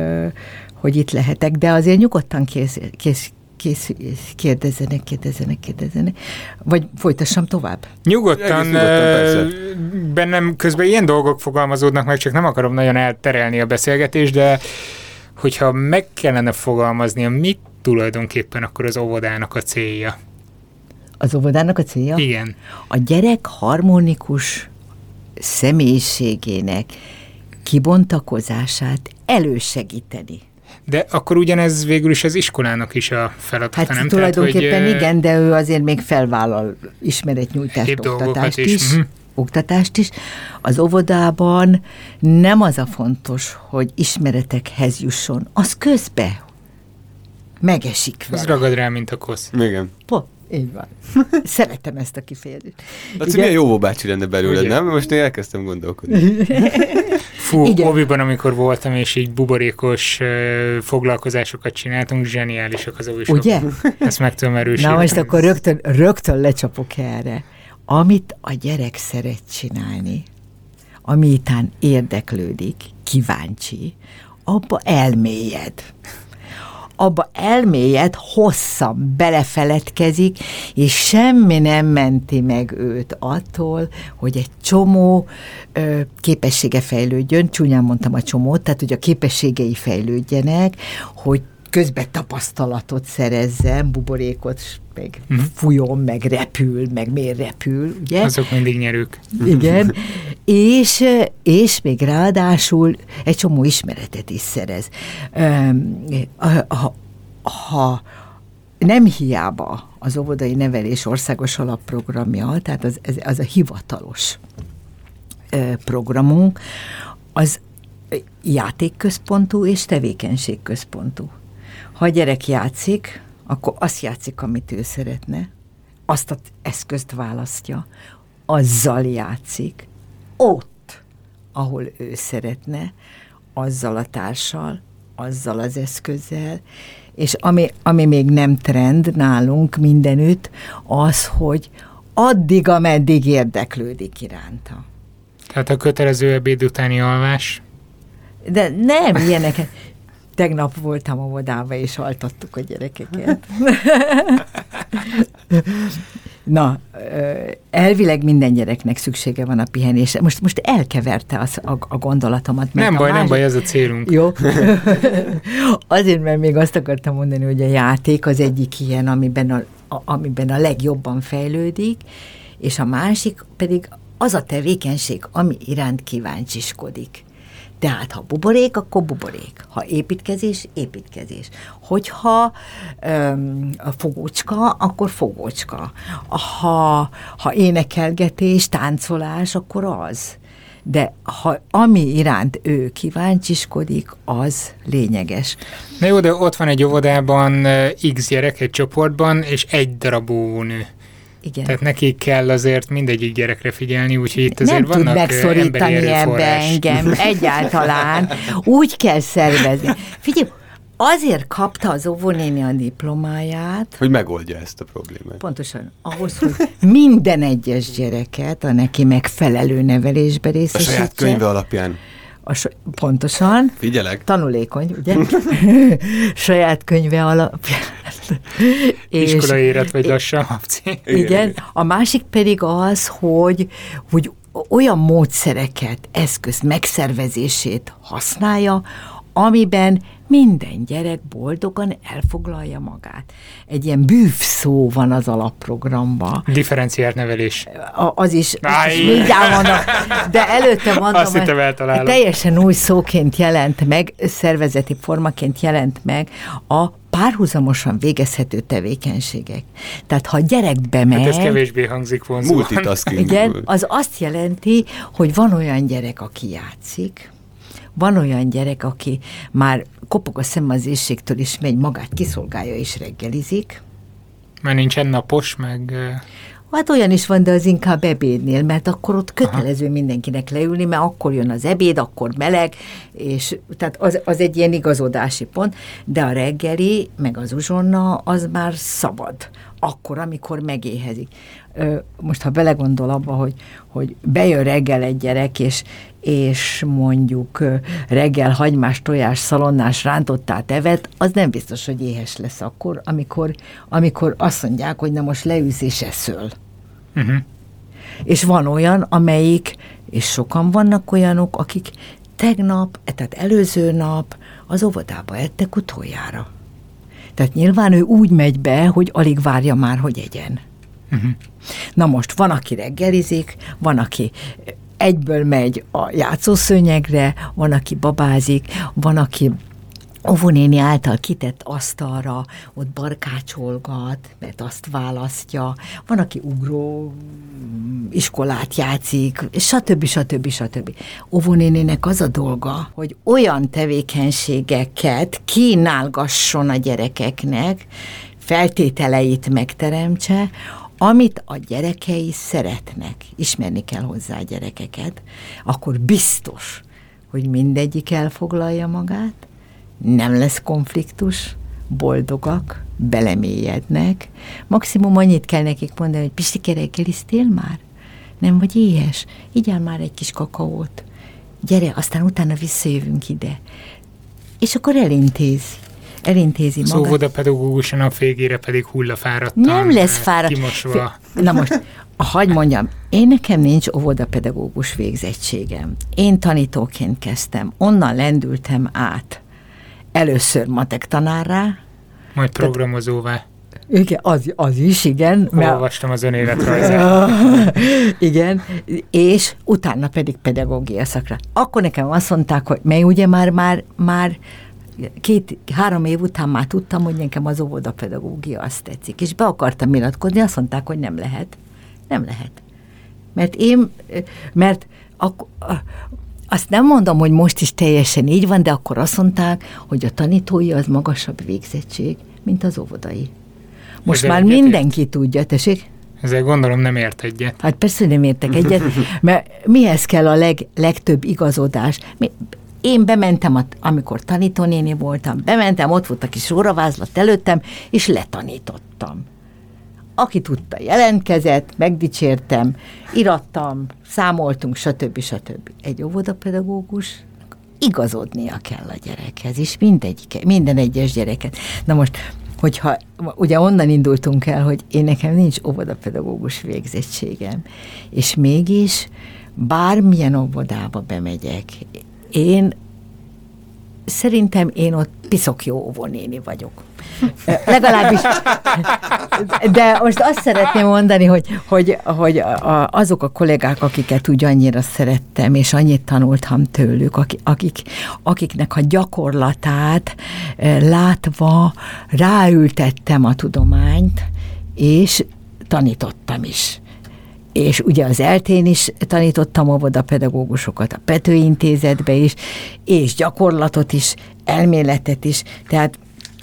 hogy itt lehetek, de azért nyugodtan kész, kész, kész, kérdezzenek, kérdezzenek, kérdezzenek, vagy folytassam tovább? Nyugodtan, nyugodtan bennem közben ilyen dolgok fogalmazódnak meg, csak nem akarom nagyon elterelni a beszélgetést, de hogyha meg kellene fogalmaznia, mit tulajdonképpen akkor az óvodának a célja? Az óvodának a célja? Igen. A gyerek harmonikus személyiségének kibontakozását elősegíteni. De akkor ugyanez végül is az iskolának is a feladata, hát nem? tulajdonképpen Tehát, hogy, igen, de ő azért még felvállal ismeretnyújtást, oktatást is. is. oktatást is. Az óvodában nem az a fontos, hogy ismeretekhez jusson, az közbe megesik vele. Az ragad rá, mint a kosz. Igen. Pont. Így van. Szeretem ezt a kifejezést. Laci, milyen jó bácsi lenne belőled, ugye? Nem? Most én elkezdtem gondolkodni. Fú, óviban, amikor voltam, és így buborékos uh, foglalkozásokat csináltunk, zseniálisak az óvisok. Ugye? Ezt meg tudom erősíteni. Na most akkor rögtön, rögtön lecsapok erre. Amit a gyerek szeret csinálni, ami után érdeklődik, kíváncsi, abba elmélyed. Abba elmélyed, hosszan belefeledkezik, és semmi nem menti meg őt attól, hogy egy csomó ö, képessége fejlődjön, csúnyán mondtam a csomót, tehát hogy a képességei fejlődjenek, hogy közben tapasztalatot szerezzen, buborékot, meg uh-huh. fújjon, meg repül, meg miért repül, ugye? Azok mindig nyerők. Igen, és, és még ráadásul egy csomó ismeretet is szerez. Ha, ha nem hiába az óvodai nevelés országos alapprogramja, tehát az, ez, az a hivatalos programunk, az játékközpontú és tevékenységközpontú. Ha a gyerek játszik, akkor azt játszik, amit ő szeretne, azt az eszközt választja, azzal játszik, ott, ahol ő szeretne, azzal a társal, azzal az eszközzel, és ami, ami még nem trend nálunk mindenütt, az, hogy addig, ameddig érdeklődik iránta. Tehát a kötelező ebéd utáni alvás? De nem, ilyeneket. Tegnap voltam óvodába, és altattuk a gyerekeket. Na, elvileg minden gyereknek szüksége van a pihenésre. Most, most elkeverte az, a, a gondolatomat. Nem baj, másik... nem baj, ez a célunk. Jó. Azért, mert még azt akartam mondani, hogy a játék az egyik ilyen, amiben a, a, amiben a legjobban fejlődik, és a másik pedig az a tevékenység, ami iránt kíváncsiskodik. Tehát, ha buborék, akkor buborék. Ha építkezés, építkezés. Hogyha öm, a fogócska, akkor fogócska. Ha, ha énekelgetés, táncolás, akkor az. De ha ami iránt ő kíváncsiskodik, az lényeges. Na jó, de ott van egy óvodában X gyerek egy csoportban, és egy darab óvónő. Igen. Tehát nekik kell azért mindegyik gyerekre figyelni, úgyhogy itt azért nem vannak emberi erőforrás. Nem tud megszorítani ebbe engem egyáltalán. Úgy kell szervezni. Figyelj, azért kapta az óvónéni a diplomáját, hogy megoldja ezt a problémát. Pontosan. Ahhoz, hogy minden egyes gyereket a neki megfelelő nevelésbe részesítse. A saját könyve alapján. A so- pontosan. Figyelek. Tanulékony, ugye? Saját könyve alapján. Iskolai élet vagy lassan. Igen, igen. A másik pedig az, hogy, hogy olyan módszereket, eszköz megszervezését használja, amiben minden gyerek boldogan elfoglalja magát. Egy ilyen bűvszó van az alapprogramban. Differenciált nevelés. A, az is, is mindjárt vannak, de előtte mondom, azt hittem eltalálom. Teljesen új szóként jelent meg, szervezeti formaként jelent meg a párhuzamosan végezhető tevékenységek. Tehát ha a gyerek bemegy... Hát ez kevésbé hangzik vonzóan. Multitasking. Igen, az azt jelenti, hogy van olyan gyerek, aki játszik, van olyan gyerek, aki már kopog a szem az éhségtől, és megy magát kiszolgálja, és reggelizik. Mert nincsen napos, meg... Hát olyan is van, de az inkább ebédnél, mert akkor ott kötelező Aha. mindenkinek leülni, mert akkor jön az ebéd, akkor meleg, és tehát az, az egy ilyen igazodási pont, de a reggeli, meg az uzsonna, az már szabad. Akkor, amikor megéhezik. Most, ha belegondol abba, hogy, hogy bejön reggel egy gyerek, és, és mondjuk reggel hagymás, tojás, szalonnás rántottát evett, az nem biztos, hogy éhes lesz akkor, amikor, amikor azt mondják, hogy na most leülsz és eszöl. Uh-huh. És van olyan, amelyik, és sokan vannak olyanok, akik tegnap, tehát előző nap az óvodába ettek utoljára. Tehát nyilván ő úgy megy be, hogy alig várja már, hogy egyen. Uh-huh. Na most van, aki reggelizik, van, aki egyből megy a játszószőnyegre, van, aki babázik, van, aki óvónéni által kitett asztalra, ott barkácsolgat, mert azt választja, van, aki ugró iskolát játszik, stb. stb. stb. Óvónéninek az a dolga, hogy olyan tevékenységeket kínálgasson a gyerekeknek, feltételeit megteremtse, amit a gyerekei szeretnek, ismerni kell hozzá a gyerekeket, akkor biztos, hogy mindegyik elfoglalja magát, nem lesz konfliktus, boldogak, belemélyednek. Maximum annyit kell nekik mondani, hogy Pistike, reggeliztél már? Nem vagy éhes? Igyál már egy kis kakaót. Gyere, aztán utána visszajövünk ide. És akkor elintézi. Elintézi magát. Szóval a pedagógus a nap végére pedig hullafáradtan. Nem lesz fáradt. Kimosva. Na most, hadd mondjam, én nekem nincs óvodapedagógus végzettségem. Én tanítóként kezdtem, onnan lendültem át. Először matek tanárrá. Majd programozóvá. Igen, az, az is, igen. Olvastam az önéletrajzát. Igen, és utána pedig pedagógia szakra. Akkor nekem azt mondták, hogy mely ugye már, már, már két, három év után már tudtam, hogy nekem az óvodapedagógia azt tetszik. És be akartam iratkozni, azt mondták, hogy nem lehet. Nem lehet. Mert én, mert ak- azt nem mondom, hogy most is teljesen így van, de akkor azt mondták, hogy a tanítói az magasabb végzettség, mint az óvodai. Most ezzel már mindenki ért? Tudja, tessék? Ezzel gondolom nem ért egyet. Hát persze, hogy nem értek egyet, mert mihez kell a leg, legtöbb igazodás? Én bementem, amikor tanítónéni voltam, bementem, ott volt a kis óravázlat előttem, és letanítottam. Aki tudta, jelentkezett, megdicsértem, irattam, számoltunk, stb. stb. Egy óvodapedagógus igazodnia kell a gyerekhez, és mindegyik, minden egyes gyereket. Na most, hogyha, ugye onnan indultunk el, hogy én nekem nincs óvodapedagógus végzettségem, és mégis bármilyen óvodába bemegyek, én szerintem én ott piszok jó óvónéni vagyok. Legalábbis, de most azt szeretném mondani, hogy, hogy, hogy a, azok a kollégák, akiket úgy annyira szerettem, és annyit tanultam tőlük, akik, akiknek a gyakorlatát látva ráültettem a tudományt, és tanítottam is. És ugye az eltén is tanítottam óvodapedagógusokat, a Pető Intézetbe is, és gyakorlatot is, elméletet is, tehát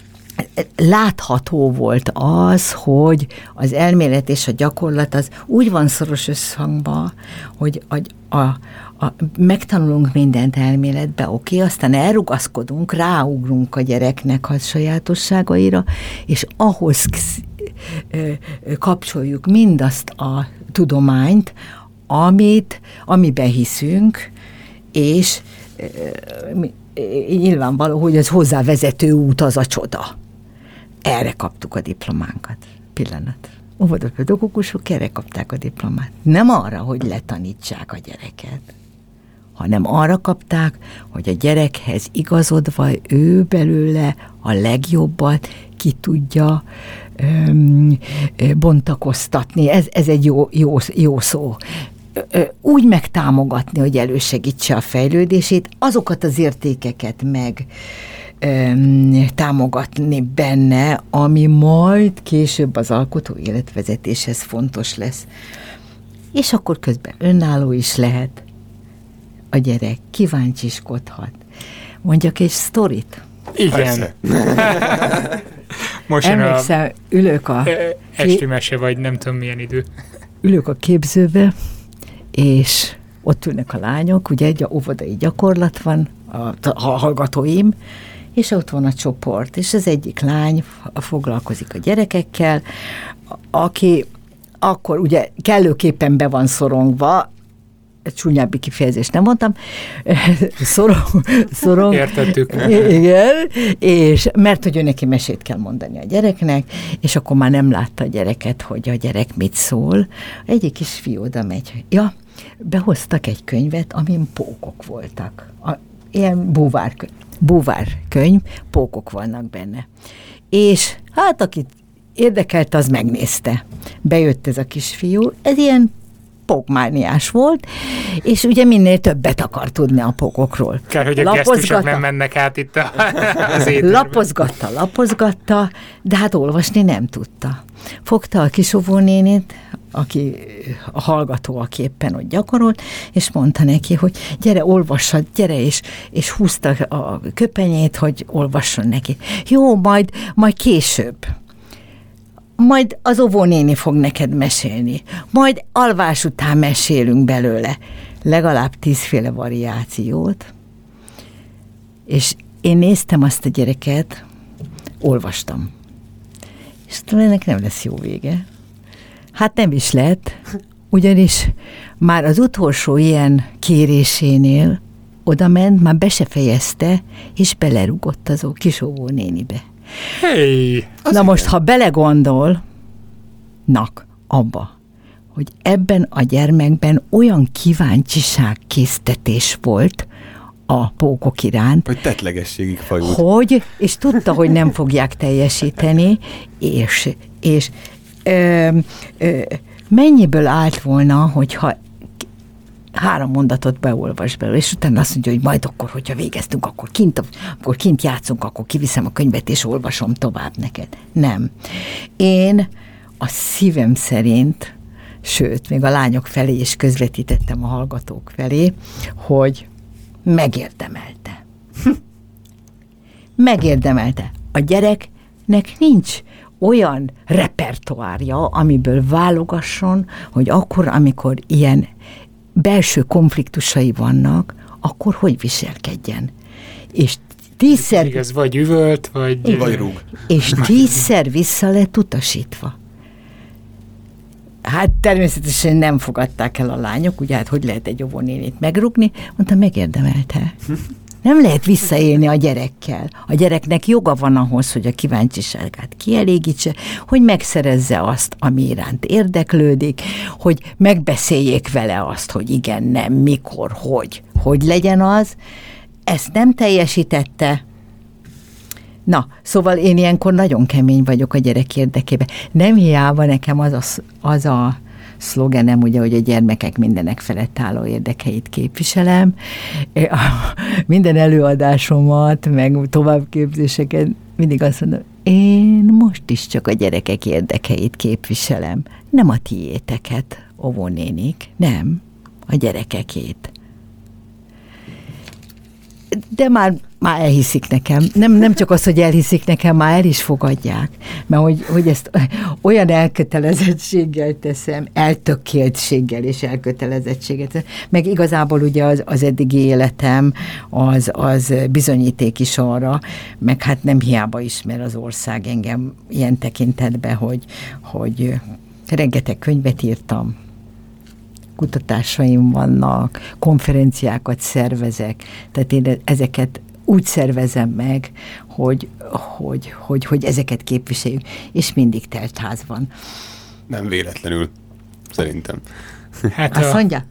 látható volt az, hogy az elmélet és a gyakorlat az úgy van szoros összhangban, hogy a, a, a, megtanulunk mindent elméletbe, oké, okay, aztán elrugaszkodunk, ráugrunk a gyereknek a sajátosságaira, és ahhoz kapcsoljuk mindazt a tudományt, amit, amiben hiszünk, és nyilvánvaló, hogy az hozzávezető út az a csoda. Erre kaptuk a diplománkat. Pillanat. Óvodapedagógusok erre kapták a diplomát. Nem arra, hogy letanítsák a gyereket, hanem arra kapták, hogy a gyerekhez igazodva ő belőle a legjobbat ki tudja öm, bontakoztatni. Ez, ez egy jó, jó, jó szó. Úgy megtámogatni, hogy elősegítse a fejlődését, azokat az értékeket meg öm, támogatni benne, ami majd később az alkotó életvezetéshez fontos lesz. És akkor közben önálló is lehet a gyerek, kíváncsiskodhat. Mondjak egy sztorit? Igen. Most emlékszem, a ülök a... Esti mese, vagy nem tudom milyen idő. Ülök a képzőbe, és ott ülnek a lányok, ugye egy óvodai gyakorlat van, a, a hallgatóim, és ott van a csoport, és az egyik lány foglalkozik a gyerekekkel, aki akkor ugye kellőképpen be van szorongva, csúnyábbi kifejezést nem mondtam, szorong, szorong. Értettük. Igen, és mert hogy ő neki mesét kell mondani a gyereknek, és akkor már nem látta a gyereket, hogy a gyerek mit szól. Egyik kis fiú oda megy. Ja, behoztak egy könyvet, amin pókok voltak. A, ilyen búvár, búvár könyv, pókok vannak benne. És hát akit érdekelt, az megnézte. Bejött ez a kisfiú, ez ilyen pókmániás volt, és ugye minél többet akar tudni a pókokról. Kell, hogy a gesztusok nem mennek át itt az éterben. Lapozgatta, lapozgatta, de hát olvasni nem tudta. Fogta a kis óvónénit, aki a hallgató, aki éppen ott gyakorolt, és mondta neki, hogy gyere, olvassad, gyere, és, és húzta a köpenyét, hogy olvasson neki. Jó, majd, majd később. Majd az óvónéni fog neked mesélni. Majd alvás után mesélünk belőle. Legalább tízféle variációt. És én néztem azt a gyereket, olvastam. És talán ennek nem lesz jó vége. Hát nem is lett, ugyanis már az utolsó ilyen kérésénél oda ment, már be se fejezte, és belerugott az kis óvónénibe. Hey, Na igen. Most, ha belegondolnak abba, hogy ebben a gyermekben olyan kíváncsiságkésztetés volt a pókok iránt, hogy tettlegességig fajult. Hogy, és tudta, hogy nem fogják teljesíteni, és, és ö, ö, mennyiből állt volna, hogyha három mondatot beolvas belőle, és utána azt mondja, hogy majd akkor, hogyha végeztünk, akkor kint, akkor kint játszunk, akkor kiviszem a könyvet, és olvasom tovább neked. Nem. Én a szívem szerint, sőt, még a lányok felé is közvetítettem a hallgatók felé, hogy megérdemelte. Megérdemelte. A gyereknek nincs olyan repertoárja, amiből válogasson, hogy akkor, amikor ilyen belső konfliktusai vannak, akkor hogy viselkedjen. És tízszer... Ez vagy üvölt, vagy... Igen. Vagy rúg. És tízszer vissza lett utasítva. Hát természetesen nem fogadták el a lányok, ugye hát hogy lehet egy óvónénit megrúgni, mondta, megérdemelte. Nem lehet visszaélni a gyerekkel. A gyereknek joga van ahhoz, hogy a kíváncsiságát kielégítse, hogy megszerezze azt, ami iránt érdeklődik, hogy megbeszéljék vele azt, hogy igen, nem, mikor, hogy, hogy legyen az. Ezt nem teljesítette. Na, szóval én ilyenkor nagyon kemény vagyok a gyerek érdekében. Nem hiába nekem az a, az a szlogenem, ugye, hogy a gyermekek mindenek felett álló érdekeit képviselem. Minden előadásomat, meg továbbképzéseket mindig azt mondom, én most is csak a gyerekek érdekeit képviselem. Nem a tiéteket, óvónénik, nem, a gyerekekét. De már, már elhiszik nekem. Nem, nem csak az, hogy elhiszik nekem, már el is fogadják. Mert hogy, hogy ezt olyan elkötelezettséggel teszem, eltökéltséggel és elkötelezettséggel teszem. Meg igazából ugye az, az eddigi életem az, az bizonyíték is arra, meg hát nem hiába ismer az ország engem ilyen tekintetben, hogy, hogy rengeteg könyvet írtam, kutatásaim vannak, konferenciákat szervezek, tehát én ezeket úgy szervezem meg, hogy, hogy, hogy, hogy ezeket képviseljük, és mindig teltház van. Nem véletlenül, szerintem. Hát azt a... mondja?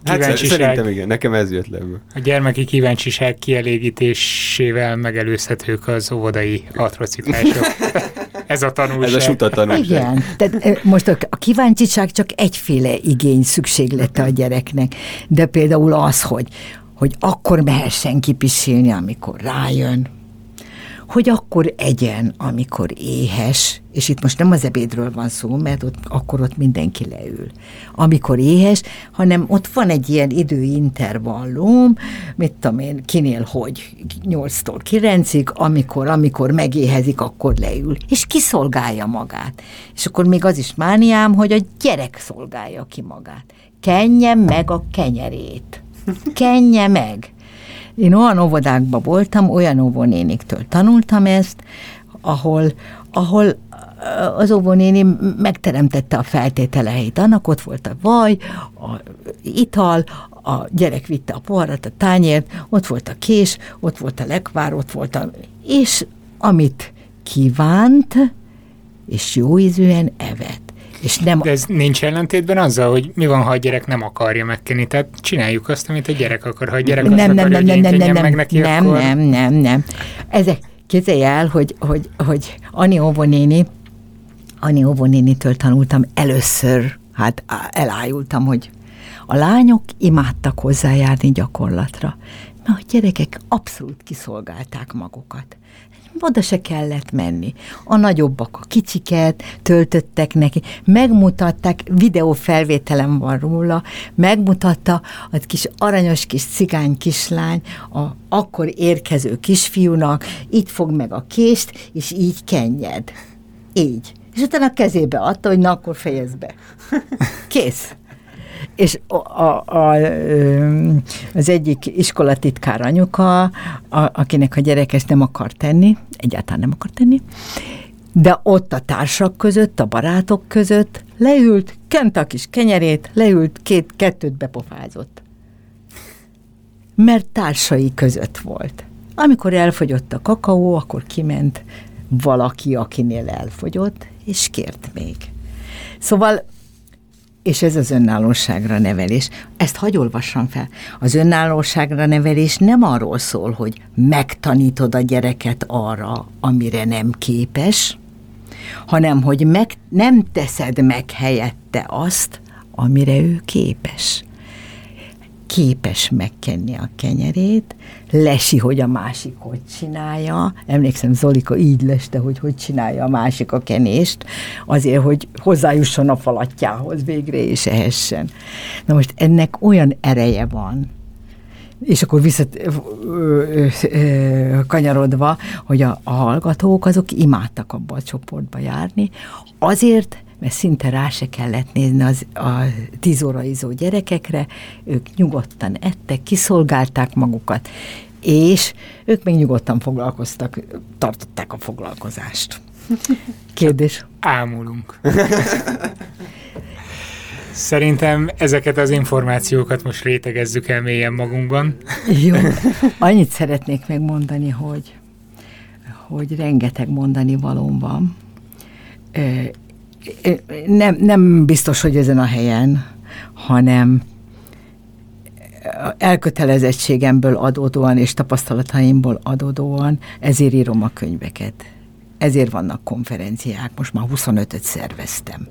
kíváncsiság... Hát szerintem igen, nekem ez jött le ebből. A gyermeki kíváncsiság kielégítésével megelőzhetők az óvodai atrocitások. Ez a tanulság. Ez a suta tanulság. Igen, tehát most a kíváncsiság csak egyféle igény, szükséglete a gyereknek, de például az, hogy, hogy akkor mehessen kipisilni, amikor rájön, hogy akkor egyen, amikor éhes, és itt most nem az ebédről van szó, mert ott, akkor ott mindenki leül. Amikor éhes, hanem ott van egy ilyen időintervallum, mit tudom én, kinél hogy, nyolctól kilencig, amikor, amikor megéhezik, akkor leül, és kiszolgálja magát. És akkor még az is mániám, hogy a gyerek szolgálja ki magát. Kenje meg a kenyerét. Kenje meg. Én olyan óvodákban voltam, olyan óvónéniktől tanultam ezt, ahol, ahol az óvónéni megteremtette a feltételeit. Annak ott volt a vaj, a ital, a gyerek vitte a poharat, a tányért, ott volt a kés, ott volt a lekvár, ott volt a... És amit kívánt, és jó ízűen evett. És nem... De ez nincs ellentétben azzal, hogy mi van, ha a gyerek nem akarja megkenni. Tehát csináljuk azt, amit a gyerek akar. Ha a gyerek azt nem, akarja, nem, hogy nem, én nem, kenjem nem, meg neki, nem, akkor... nem, nem, nem. Ezek, képzelj el, hogy, hogy, hogy Ani óvónéni, Ani óvónénitől tanultam először, hát elájultam, hogy a lányok imádtak hozzájárni gyakorlatra, mert a gyerekek abszolút kiszolgálták magukat. Oda se kellett menni. A nagyobbak a kicsiket töltöttek neki, megmutatták, videófelvételem van róla, megmutatta a kis aranyos kis cigány kislány a akkor érkező kisfiúnak, így fog meg a kést, és így kenjed. Így. És utána a kezébe adta, hogy na, akkor fejezd be. Kész. És a, a, a, az egyik iskolatitkár anyuka, a, akinek a gyerek ezt nem akar tenni, egyáltalán nem akar tenni, de ott a társak között, a barátok között leült, kent a kis kenyerét, leült, két, kettőt bepofázott. Mert társai között volt. Amikor elfogyott a kakaó, akkor kiment valaki, akinél elfogyott, és kért még. Szóval és ez az önállóságra nevelés. Ezt hadd olvassam fel. Az önállóságra nevelés nem arról szól, hogy megtanítod a gyereket arra, amire nem képes, hanem hogy meg, nem teszed meg helyette azt, amire ő képes. Képes megkenni a kenyerét, lesi, hogy a másik hogy csinálja. Emlékszem, Zolika így leste, hogy hogy csinálja a másik a kenést, azért, hogy hozzájusson a falatjához végre, és ehessen. Na most ennek olyan ereje van, és akkor visszat kanyarodva, hogy a, a hallgatók azok imádtak abba a csoportba járni, azért, mert szinte rá se kellett nézni az, a tíz óraizó gyerekekre, ők nyugodtan ettek, kiszolgálták magukat, és ők még nyugodtan foglalkoztak, tartották a foglalkozást. Kérdés? Ámulunk. Szerintem ezeket az információkat most rétegezzük el mélyen magunkban. Jó. Annyit szeretnék megmondani, hogy, hogy rengeteg mondani valóm van. Nem, nem biztos, hogy ezen a helyen, hanem elkötelezettségemből adódóan és tapasztalataimból adódóan ezért írom a könyveket. Ezért vannak konferenciák, most már huszonötöt szerveztem.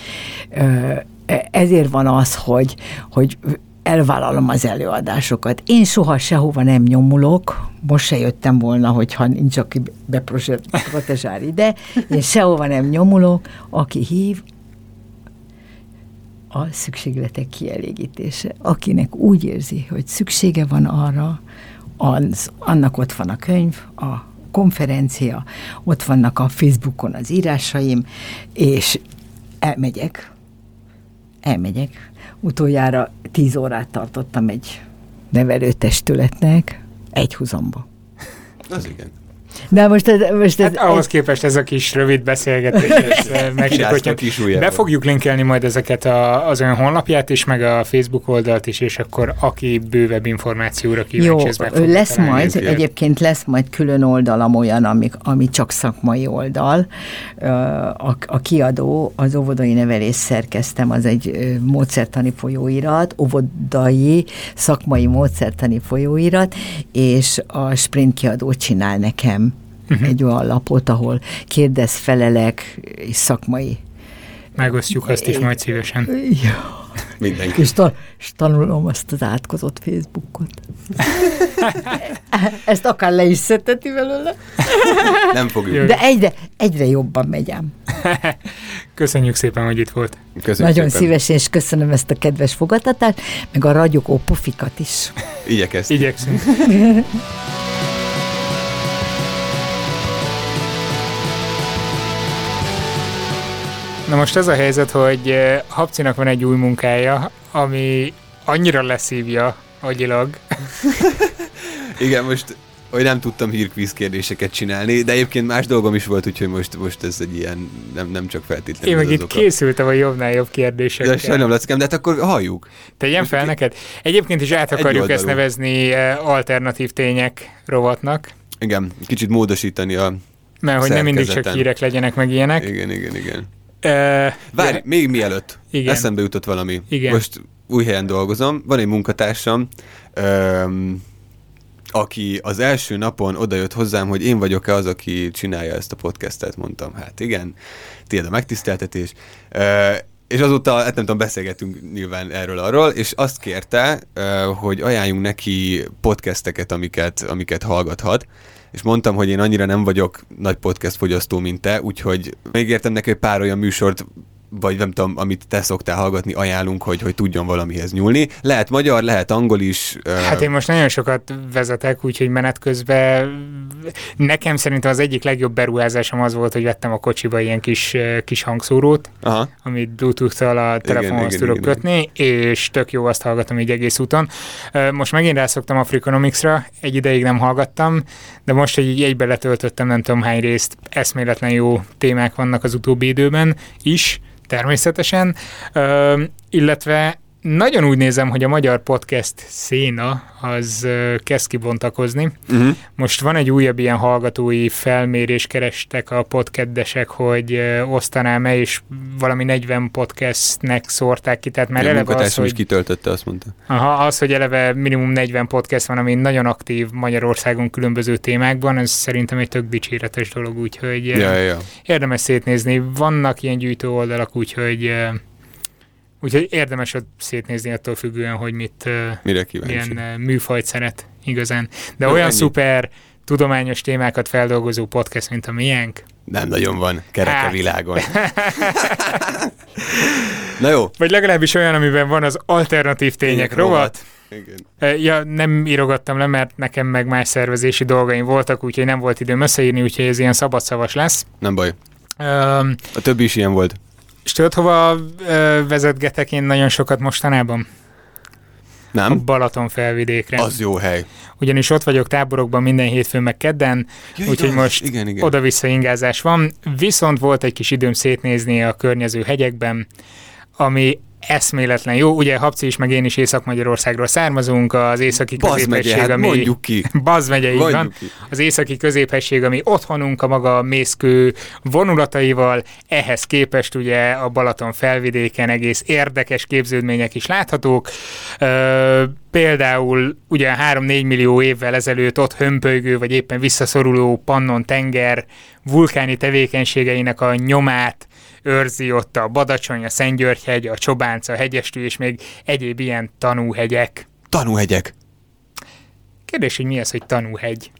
Ezért van az, hogy, hogy elvállalom az előadásokat. Én soha sehova nem nyomulok, most se jöttem volna, hogyha nincs, aki beprotezsál ide, én sehova nem nyomulok, aki hív, a szükségletek kielégítése. Akinek úgy érzi, hogy szüksége van arra, az, annak ott van a könyv, a konferencia, ott vannak a Facebookon az írásaim, és elmegyek, elmegyek. Utoljára tíz órát tartottam egy nevelőtestületnek, egy húzamba. Az igen. De most ez... Most ez hát ahhoz ez... képest ez a kis rövid beszélgetés, be fogjuk linkelni majd ezeket a, az ön honlapját is, meg a Facebook oldalt is, és akkor aki bővebb információra kíváncsi, ez meg Jó, lesz találni. majd, egyébként lesz majd külön oldalam olyan, ami, ami csak szakmai oldal. A, a kiadó, az óvodai nevelés szerkeztem, az egy módszertani folyóirat, óvodai szakmai módszertani folyóirat, és a Sprint kiadó csinál nekem uh-huh. egy olyan lapot, ahol kérdez, felelek, és szakmai. Megosztjuk azt is majd szívesen. Ja. Mindenki. És, ta- és tanulom azt az átkozott Facebookot. Ezt akár le is szedteti belőle. Nem fogjuk. De egyre, egyre jobban megyem. Köszönjük szépen, hogy itt volt. Köszönjük Nagyon szépen. szívesen, és köszönöm ezt a kedves fogadtatást, meg a ragyogó pofikat is. Igyekeztünk. Igyekszünk. Na most ez a helyzet, hogy Habcinak van egy új munkája, ami annyira leszívja agyilag. Igen, most hogy nem tudtam hírkvíz kérdéseket csinálni, de egyébként más dolgom is volt, úgyhogy most, most ez egy ilyen, nem, nem csak feltétlenül. Én meg itt készültem a jobbnál jobb kérdésekkel. De sajnálom, Lackám, de hát akkor halljuk. Tegyen fel neked? Egyébként is át akarjuk ezt nevezni alternatív tények rovatnak. Igen, kicsit módosítani a Mert hogy nem mindig csak hírek legyenek, meg ilyenek. Igen, igen, igen. Uh, Várj, de... még mielőtt. Igen. Eszembe jutott valami. Igen. Most új helyen dolgozom, van egy munkatársam, öm, aki az első napon odajött hozzám, hogy én vagyok-e az, aki csinálja ezt a podcastet, mondtam. Hát igen, tiéd a megtiszteltetés. Ö, és azóta, hát nem tudom, beszélgetünk nyilván erről-arról, és azt kérte, hogy ajánljunk neki podcasteket, amiket, amiket hallgathat. És mondtam, hogy én annyira nem vagyok nagy podcast fogyasztó, mint te, úgyhogy megértem neki, hogy pár olyan műsort, vagy nem tudom, amit te szoktál hallgatni, ajánlunk, hogy, hogy tudjon valamihez nyúlni. Lehet magyar, lehet angol is. Hát én most nagyon sokat vezetek, úgyhogy menet közben nekem szerintem az egyik legjobb beruházásom az volt, hogy vettem a kocsiba ilyen kis, kis hangszórót, aha, amit Bluetooth-tal a telefonhoz tudok igen, kötni, igen. És tök jó, azt hallgatom így egész úton. Most megint rászoktam a Freakonomics-ra, egy ideig nem hallgattam, de most, hogy így egybe letöltöttem nem tudom hány részt, eszméletlen jó témák vannak az utóbbi időben is, természetesen, Ö, illetve nagyon úgy nézem, hogy a magyar podcast széna az ö, kezd kibontakozni. Uh-huh. Most van egy újabb ilyen hallgatói felmérés, kerestek a podcastesek, hogy ö, osztanám-e, és valami negyven podcastnek szórták ki. Tehát már ja, eleve az, hogy... is kitöltötte, azt mondta. Aha, az, hogy eleve minimum negyven podcast van, ami nagyon aktív Magyarországon különböző témákban, ez szerintem egy tök dicséretes dolog, úgyhogy ja, ja, ja. érdemes szétnézni. Vannak ilyen gyűjtő oldalak, úgyhogy Úgyhogy érdemes ott szétnézni attól függően, hogy mit, mire kíváncsi, milyen műfajt szeret igazán. De no, olyan ennyi. Szuper tudományos témákat feldolgozó podcast, mint a miénk. Nem nagyon van, kerek hát. A világon. Na jó. Vagy legalábbis olyan, amiben van az alternatív tények rovat. rovat. Igen. Ja, nem írogattam le, mert nekem meg más szervezési dolgaim voltak, úgyhogy nem volt időm összeírni, úgyhogy ez ilyen szabadszavas lesz. Nem baj. Um, a többi is ilyen volt. És tudod, hova ö, vezetgetek én nagyon sokat mostanában? Nem? A Balaton felvidékre. Az jó hely. Ugyanis ott vagyok táborokban minden hétfőn meg kedden, ja, úgyhogy most igen, igen. oda-vissza ingázás van. Viszont volt egy kis időm szétnézni a környező hegyekben, ami eszméletlen jó. Ugye Habci is, meg én is Észak-Magyarországról származunk, az északi középhegység, hát ami... mondjuk ki. Baz megye, így van. Ki. Az északi középhegység, ami otthonunk a maga mészkő vonulataival, ehhez képest ugye a Balaton felvidéken egész érdekes képződmények is láthatók. Ö, például ugye három-négy millió évvel ezelőtt ott hömpölygő, vagy éppen visszaszoruló Pannon tenger vulkáni tevékenységeinek a nyomát őrzi ott a Badacsony, a Szentgyörgy-hegy, a Csobánca, a Hegyestű, és még egyéb ilyen tanúhegyek. Tanúhegyek? Kérdés, hogy mi az, hogy tanúhegy?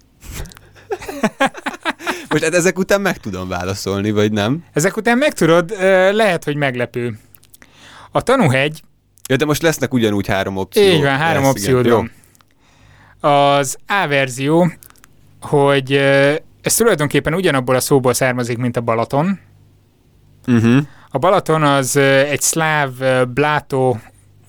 Most hát ezek után meg tudom válaszolni, vagy nem? Ezek után meg tudod, lehet, hogy meglepő. A tanúhegy... Ja, de most lesznek ugyanúgy három opció. Így van, három lesz, opciód van. Az A verzió, hogy ez tulajdonképpen ugyanabból a szóból származik, mint a Balaton. Uh-huh. A Balaton az egy szláv blátó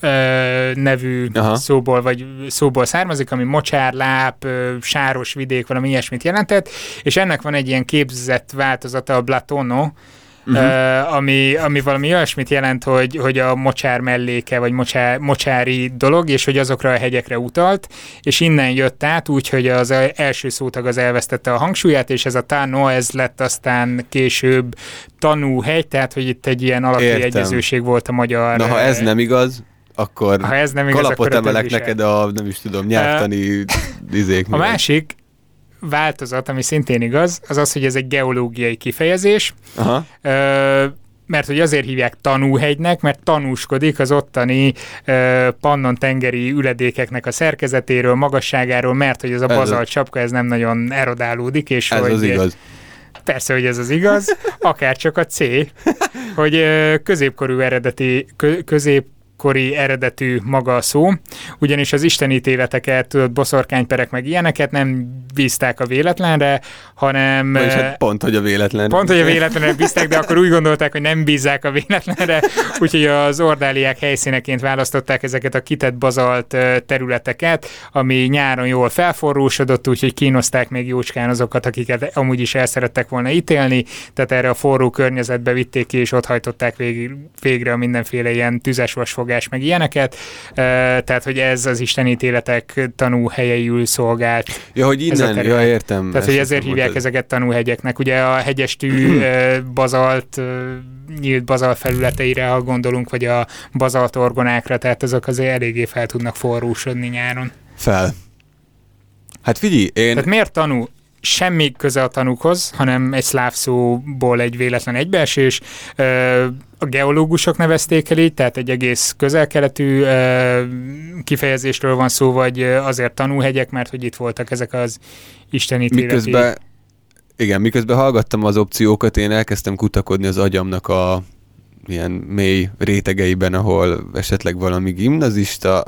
ö, nevű Aha. szóból, vagy szóból származik, ami mocsár, láp, ö, sáros vidék, valami ilyesmit jelentett, és ennek van egy ilyen képzett változata, a Blatono, Uh-huh. Uh, ami, ami valami olyasmit jelent, hogy, hogy a mocsár melléke, vagy mocsár, mocsári dolog, és hogy azokra a hegyekre utalt, és innen jött át, úgyhogy az első szótag az elvesztette a hangsúlyát, és ez a Tano, ez lett aztán később tanúhegy, tehát hogy itt egy ilyen alapkiegyezőség volt a magyar... Na, ha ez nem igaz, akkor ha ez nem igaz, kalapot akkor emelek neked a, nem is tudom, nyelvtani uh, izéknél. A másik változat, ami szintén igaz, az az, hogy ez egy geológiai kifejezés, Aha. Ö, mert hogy azért hívják tanúhegynek, mert tanúskodik az ottani ö, Pannon-tengeri üledékeknek a szerkezetéről, magasságáról, mert hogy ez a bazalt sapka, ez nem nagyon erodálódik, és ez hogy... az igaz. Persze, hogy ez az igaz, akár csak a C, hogy ö, középkorú eredeti, kö, közép kori eredetű maga a szó, ugyanis az istenítéleteket, tudod, boszorkányperek meg ilyeneket nem bízták a véletlenre, hanem... Vagyis hát pont, hogy a véletlenre. Pont, hogy a véletlenre bízták, de akkor úgy gondolták, hogy nem bízzák a véletlenre, úgyhogy az ordáliák helyszíneként választották ezeket a kitett bazalt területeket, ami nyáron jól felforrósodott, úgyhogy kínozták még jócskán azokat, akiket amúgy is el szerettek volna ítélni, tehát erre a forró környezetbe vitték ki, és ott hajtották vég, végre a mindenféle ilyen tüzes vasfogás meg ilyeneket, tehát, hogy ez az istenítéletek tanúhelyeiül szolgált. Ja, hogy innen, ja, értem. Tehát, hogy ezért hívják ez... ezeket tanúhegyeknek. Ugye a hegyestű bazalt, nyílt bazalt felületeire, ha gondolunk, vagy a bazalt orgonákra, tehát azok azért eléggé fel tudnak forrósodni nyáron. Fel. Hát figyelj, én... Tehát miért tanú? Semmi köze a tanúkhoz, hanem egy szláv szóból egy véletlen egybeesés. A geológusok nevezték el így, tehát egy egész közel-keletű kifejezésről van szó, vagy azért tanúhegyek, mert hogy itt voltak ezek az istenítéleti... Miközben, igen, miközben hallgattam az opciókat, én elkezdtem kutakodni az agyamnak a ilyen mély rétegeiben, ahol esetleg valami gimnazista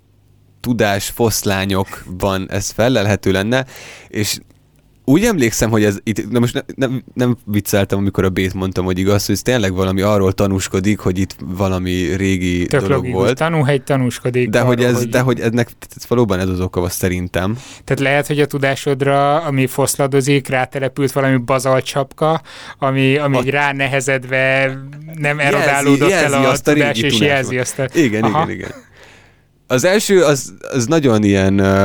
tudás foszlányokban ez felelhető lenne, és úgy emlékszem, hogy ez itt, na most ne, nem, nem vicceltem, amikor a B-t mondtam, hogy igaz, hogy ez tényleg valami arról tanúskodik, hogy itt valami régi Tök dolog logikus. volt. Tanúhegy tanúskodik. De, arról, hogy ez, hogy... de hogy ennek ez valóban ez az oka, szerintem. Tehát lehet, hogy a tudásodra, ami foszladozik, rátelepült valami bazaltcsapka, ami, ami a... rá nehezedve nem erodálódott jelzi, el a, a tudás, és jelzi azt a... Igen, Aha. igen, igen. Az első, az, az nagyon ilyen uh,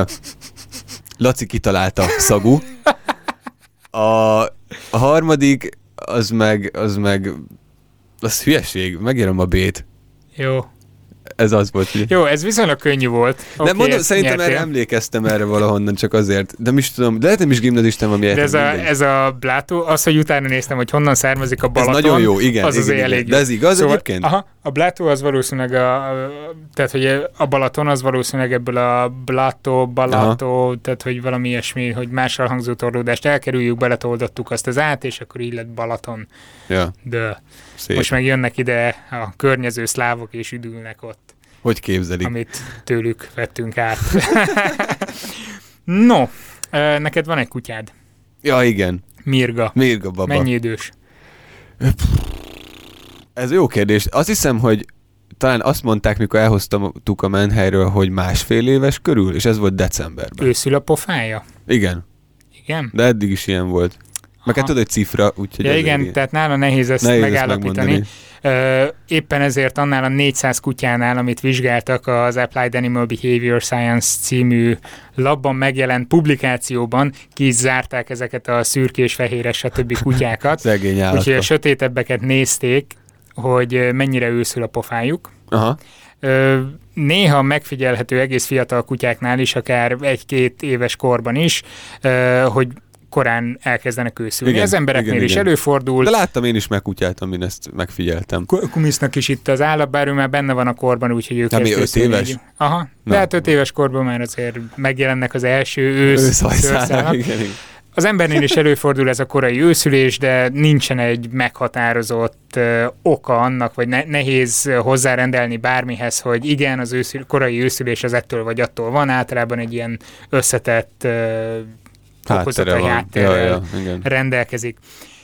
Laci kitalálta szagú. A, a harmadik, az meg, az meg, az hülyeség, megírom a B-t. Jó. Ez az volt. Ugye? Jó, ez viszonylag könnyű volt. Nem okay, mondom, szerintem nyertél. Erre emlékeztem erre valahonnan, csak azért. De nem is tudom, de lehet nem is gimnazistem, ami De ez a, ez a Blátó, az, hogy utána néztem, hogy honnan származik a Balaton. Ez nagyon jó, igen. Az igen, azért igen. elég De ez igaz szóval, egyébként? Aha, a Blátó az valószínűleg a, tehát, hogy a Balaton az valószínűleg ebből a Blátó, Balató, aha. tehát, hogy valami ilyesmi, hogy mással hangzó torlódást elkerüljük, beletoldottuk azt az át, és akkor így lett Balaton. Ja. De szép. Most meg jönnek ide a környező szlávok, és üdülnek ott. Hogy képzelik? Amit tőlük vettünk át. No, neked van egy kutyád. Ja, igen. Mirga. Mirga baba. Mennyi idős? Ez jó kérdés. Azt hiszem, hogy talán azt mondták, mikor elhoztuk a menhelyről, hogy másfél éves körül, és ez volt decemberben. Őszül a pofája? Igen. Igen? De eddig is ilyen volt. Meg hát tudod, egy cifra, úgyhogy... Ja, igen, ilyen. Tehát nála nehéz ezt nehéz megállapítani. Ezt Éppen ezért annál a négyszáz kutyánál, amit vizsgáltak az Applied Animal Behavior Science című labban megjelent publikációban, ki is zárták ezeket a szürkés, fehéres, stb. Kutyákat. Szegény állatka. Úgyhogy a sötétebbeket nézték, hogy mennyire őszül a pofájuk. Aha. Néha megfigyelhető egész fiatal kutyáknál is, akár egy-két éves korban is, hogy korán elkezdenek őszülni. Igen, ez embereknél igen, is igen. előfordul. De láttam én is meg kutyát, amin ezt megfigyeltem. Kumisznak is itt az állap, bár ő már benne van a korban, úgyhogy ő kezd öt éves? Így. Aha, de hát öt éves korban már azért megjelennek az első ősz szőrszálak. Az embernél is előfordul ez a korai őszülés, de nincsen egy meghatározott uh, oka annak, vagy ne- nehéz hozzárendelni bármihez, hogy igen, az őszül, korai őszülés az ettől vagy attól van, általában egy ilyen összetett uh, okozatai háttérrel ja, ja, rendelkezik.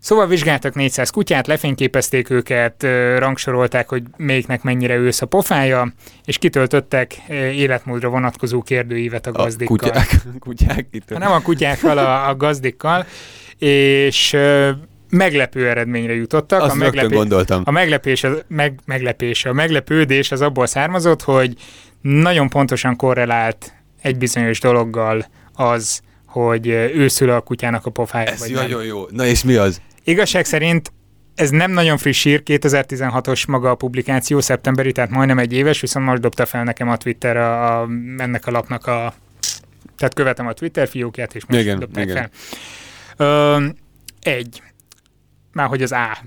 Szóval vizsgáltak négyszáz kutyát, lefényképezték őket, rangsorolták, hogy melyiknek mennyire ősz a pofája, és kitöltöttek életmódra vonatkozó kérdőívet a gazdikkal. A kutyák, kutyák ha nem a kutyákkal, a, a gazdikkal, és meglepő eredményre jutottak. Azt a meglepé... gondoltam. A meglepés, a meg, meglepés, a meglepődés az abból származott, hogy nagyon pontosan korrelált egy bizonyos dologgal az, hogy őszül a kutyának a pofája. Ez nagyon nem. Jó. Na és mi az? Igazság szerint ez nem nagyon friss hír, kétezer-tizenhatos maga a publikáció, szeptemberi, tehát majdnem egy éves, viszont most dobta fel nekem a Twitter a, a, ennek a lapnak a... Tehát követem a Twitter fiókját, és most igen, dobták igen. fel. Ö, egy. Már hogy az A.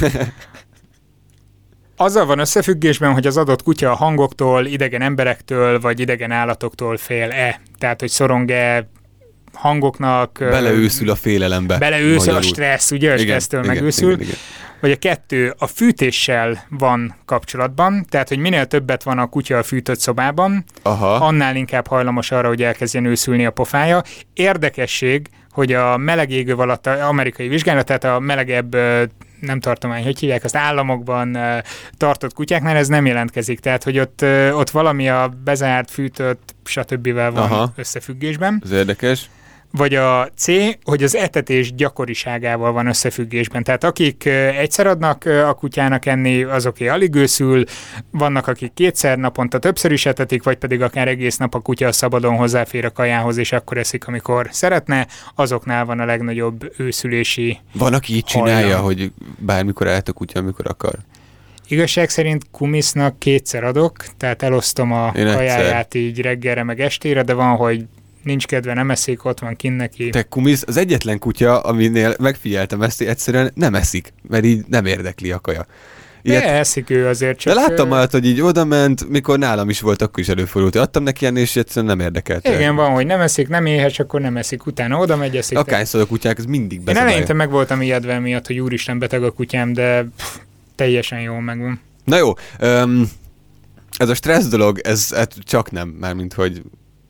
Azzal van összefüggésben, hogy az adott kutya a hangoktól, idegen emberektől, vagy idegen állatoktól fél-e. Tehát, hogy szorong-e hangoknak... Beleőszül a félelembe. Beleőszül magyarul. A stressz, ugye? A stressztől megőszül. Igen, igen. Vagy a kettő, a fűtéssel van kapcsolatban, tehát, hogy minél többet van a kutya a fűtött szobában, aha. annál inkább hajlamos arra, hogy elkezdjen őszülni a pofája. Érdekesség, hogy a meleg égő alatt az amerikai vizsgálat, tehát a melegebb nem tartomány, hogy hívják, azt államokban tartott kutyáknál ez nem jelentkezik. Tehát, hogy ott, ott valami a bezárt, fűtött, stb. Van aha. összefüggésben. Ez érdekes. Vagy a C, hogy az etetés gyakoriságával van összefüggésben. Tehát akik egyszer adnak a kutyának enni, azoké alig őszül, vannak akik kétszer naponta többször is etetik, vagy pedig akár egész nap a kutya szabadon hozzáfér a kajához, és akkor eszik, amikor szeretne, azoknál van a legnagyobb őszülési Van, aki így csinálja, hajlam. Hogy bármikor állt a kutya, amikor akar. Igazság szerint Kumisznak kétszer adok, tehát elosztom a Én kajáját egyszer. Így reggelre meg estére, de van, hogy nincs kedve, nem eszik, ott van kinn neki. Te Kumisz az egyetlen kutya, aminél megfigyeltem ezt, hogy egyszerűen nem eszik, mert így nem érdekli a kaja. Ilyet... De eszik ő azért csak... De láttam már, hogy így oda ment, mikor nálam is volt, akkor is előfordult. Adtam neki enni, és egyszerűen nem érdekelte. Igen, van, hogy nem eszik, nem éhes, akkor nem eszik. Utána oda megy, eszik. Akárszor a kutyák, ez mindig bezabálja. Én eleinte meg voltam ijedve miatt, hogy úristen beteg a kutyám, de pff, teljesen jól megvan. Na jó, um, ez a stressz dolog, ez, ez csak nem, mármint hogy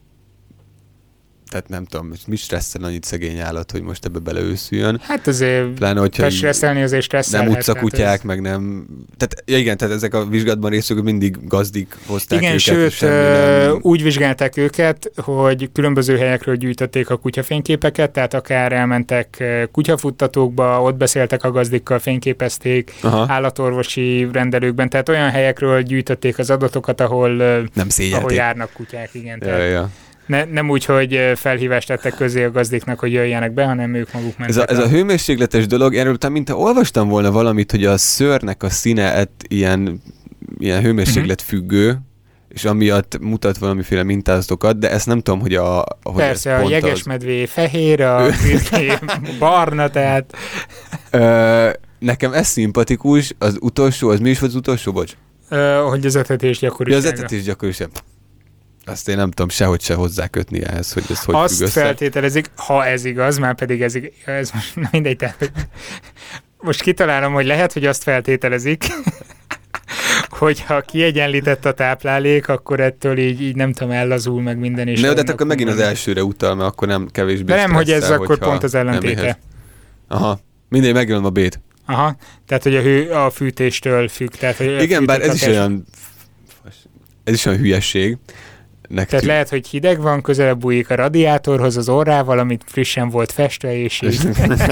tehát nem tudom, mi stresszel annyit szegény állat, hogy most ebbe beleőszüljön. Hát azért Pláne, hogyha stresszelni azért stresszelhet. Nem utcakutyák, ez... meg nem... Tehát ja igen, tehát ezek a vizsgálatban részük mindig gazdik hozták igen, őket. Igen, sőt, nem... úgy vizsgálták őket, hogy különböző helyekről gyűjtötték a kutyafényképeket, tehát akár elmentek kutyafuttatókba, ott beszéltek a gazdikkal, fényképezték, aha. állatorvosi rendelőkben, tehát olyan helyekről gyűjtötték az adatokat, ahol, nem ahol járnak kutyák. Igen, ja, tehát... ja. Ne, nem úgy, hogy felhívást tettek közé a gazdiknak, hogy jöjjenek be, hanem ők maguk mentek. Ez a, ez a hőmérsékletes dolog, erről talán mintha olvastam volna valamit, hogy a szőrnek a színe ilyen, ilyen hőmérséklet függő, uh-huh. és amiatt mutat valamiféle mintázatokat, de ezt nem tudom, hogy a... Hogy persze, a jegesmedvé az... fehér, a barna, tehát... Ö, nekem ez szimpatikus, az utolsó, az mi is volt az utolsó, bocs? Ö, hogy az etetés gyakorisága. Ja, az etetés gyakorisága. Azt én nem tudom sehogy se hozzá kötni ehhez, hogy ez hogy azt függ össze. Feltételezik, ha ez igaz, már pedig ez, ez most na mindegy, tehát most kitalálom, hogy lehet, hogy azt feltételezik, hogyha kiegyenlített a táplálék, akkor ettől így, így nem tudom, ellazul meg minden is. Ne, de akkor megint az elsőre utal, mert akkor nem kevésbé de nem, hogy ez akkor pont az ellentéte. Aha, mindegy, megjelöm a B-t. Aha, tehát hogy a, hő, a fűtéstől függ. Tehát, hogy igen, bár ez is olyan ez is olyan hülyesség. Nektek. Tehát lehet, hogy hideg van, közelebb bújik a radiátorhoz az orrával, amit frissen volt festve, és így.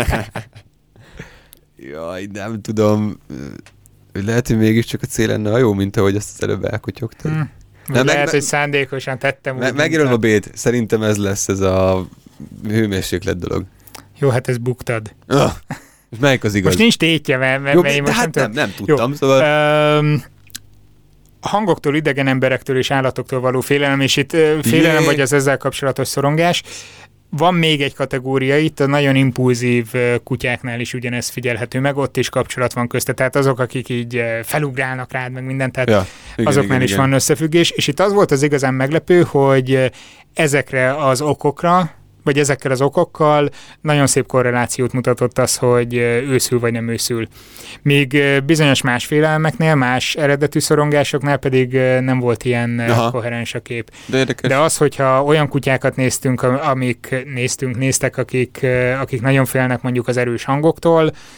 Jaj, nem tudom. Lehet, hogy mégiscsak a cél lenne a jó, mint ahogy azt az előbb elkotyogtad. Hmm. Nem, lehet, meg, hogy szándékosan tettem me, úgy. Megjelölöm a B-t. Szerintem ez lesz ez a hőmérséklet dolog. Jó, hát ez buktad. Ah, melyik az igaz? Most nincs tétje, mert, mert jó, most de hát nem, nem tudtam. Jó. Szóval... Um, hangoktól, idegen emberektől és állatoktól való félelem, és itt félelem vagy az ezzel kapcsolatos szorongás. Van még egy kategória, itt a nagyon impulzív kutyáknál is ugyanez figyelhető meg, ott is kapcsolat van közte, tehát azok, akik így felugrálnak rád, meg mindent, tehát ja, igen, azoknál igen, is igen. van összefüggés, és itt az volt az igazán meglepő, hogy ezekre az okokra, vagy ezekkel az okokkal nagyon szép korrelációt mutatott az, hogy őszül vagy nem őszül. Míg bizonyos más félelmeknél, más eredetű szorongásoknál pedig nem volt ilyen aha. koherens a kép. De, De az, hogyha olyan kutyákat néztünk, amik néztünk, néztek, akik, akik nagyon félnek mondjuk az erős hangoktól,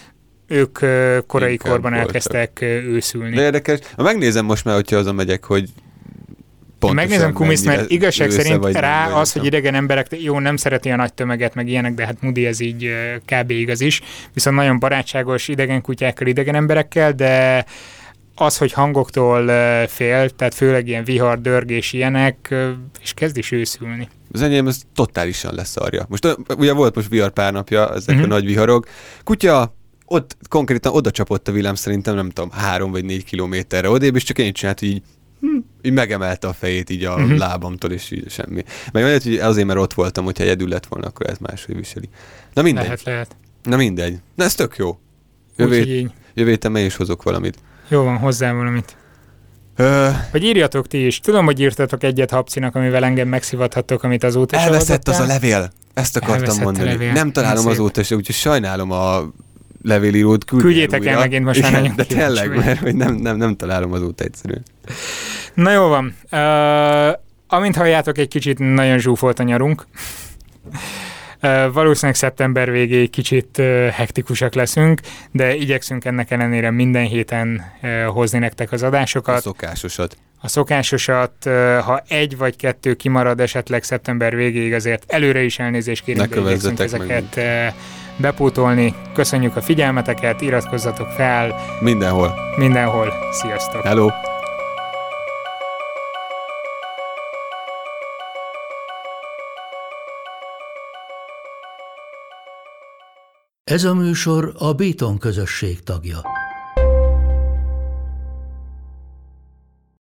ők korai Inkább korban voltak. Elkezdtek őszülni. De érdekes. Megnézem most már, hogyha azon megyek, hogy megnézem Kumiszt, mert igazság szerint rá nem, az, hogy idegen emberek, jó, nem szereti a nagy tömeget, meg ilyenek, de hát Moody ez így kb. Igaz is, viszont nagyon barátságos idegen kutyákkal, idegen emberekkel, de az, hogy hangoktól fél, tehát főleg ilyen vihar, dörgés, ilyenek, és kezd is őszülni. Az enyém ez totálisan leszarja. Most ugye volt most vihar pár napja, ezek uh-huh. a nagy viharok. Kutya ott konkrétan oda csapott a villám, szerintem nem tudom, három vagy négy kilométerre odébb, és csak én csinált, így, hm, így megemelte a fejét így a uh-huh. lábamtól, és így semmi. Meg lehet, hogy azért, mert ott voltam, hogyha egyedül lett volna, akkor ez máshogy viseli. Na mindegy. Lehet, lehet. Na mindegy. Na ez tök jó. Jövő, jövő héten meg is hozok valamit. Jó van, hozzá valamit. Ö... Vagy írjatok ti is. Tudom, hogy írtatok egyet Habcinak, amivel engem megszivathattok, amit azóta is elveszett az a levél. Ezt akartam elveszett mondani. Nem találom azóta se, úgyhogy sajnálom a levélírót. Küldjétek el megint most már nagyon de tényleg, vagy. Mert hogy nem, nem, nem találom azóta egyszerűen. Na jó van. Uh, amint halljátok, egy kicsit nagyon zsúfolt a nyarunk. Uh, valószínűleg szeptember végéig kicsit uh, hektikusak leszünk, de igyekszünk ennek ellenére minden héten uh, hozni nektek az adásokat. A szokásosat. A szokásosat, uh, ha egy vagy kettő kimarad esetleg szeptember végéig, azért előre is elnézést kérünk, de igyekszünk ezeket uh, bepótolni. Köszönjük a figyelmeteket, iratkozzatok fel. Mindenhol. Mindenhol. Sziasztok. Hello. Ez a műsor a Béton közösség tagja.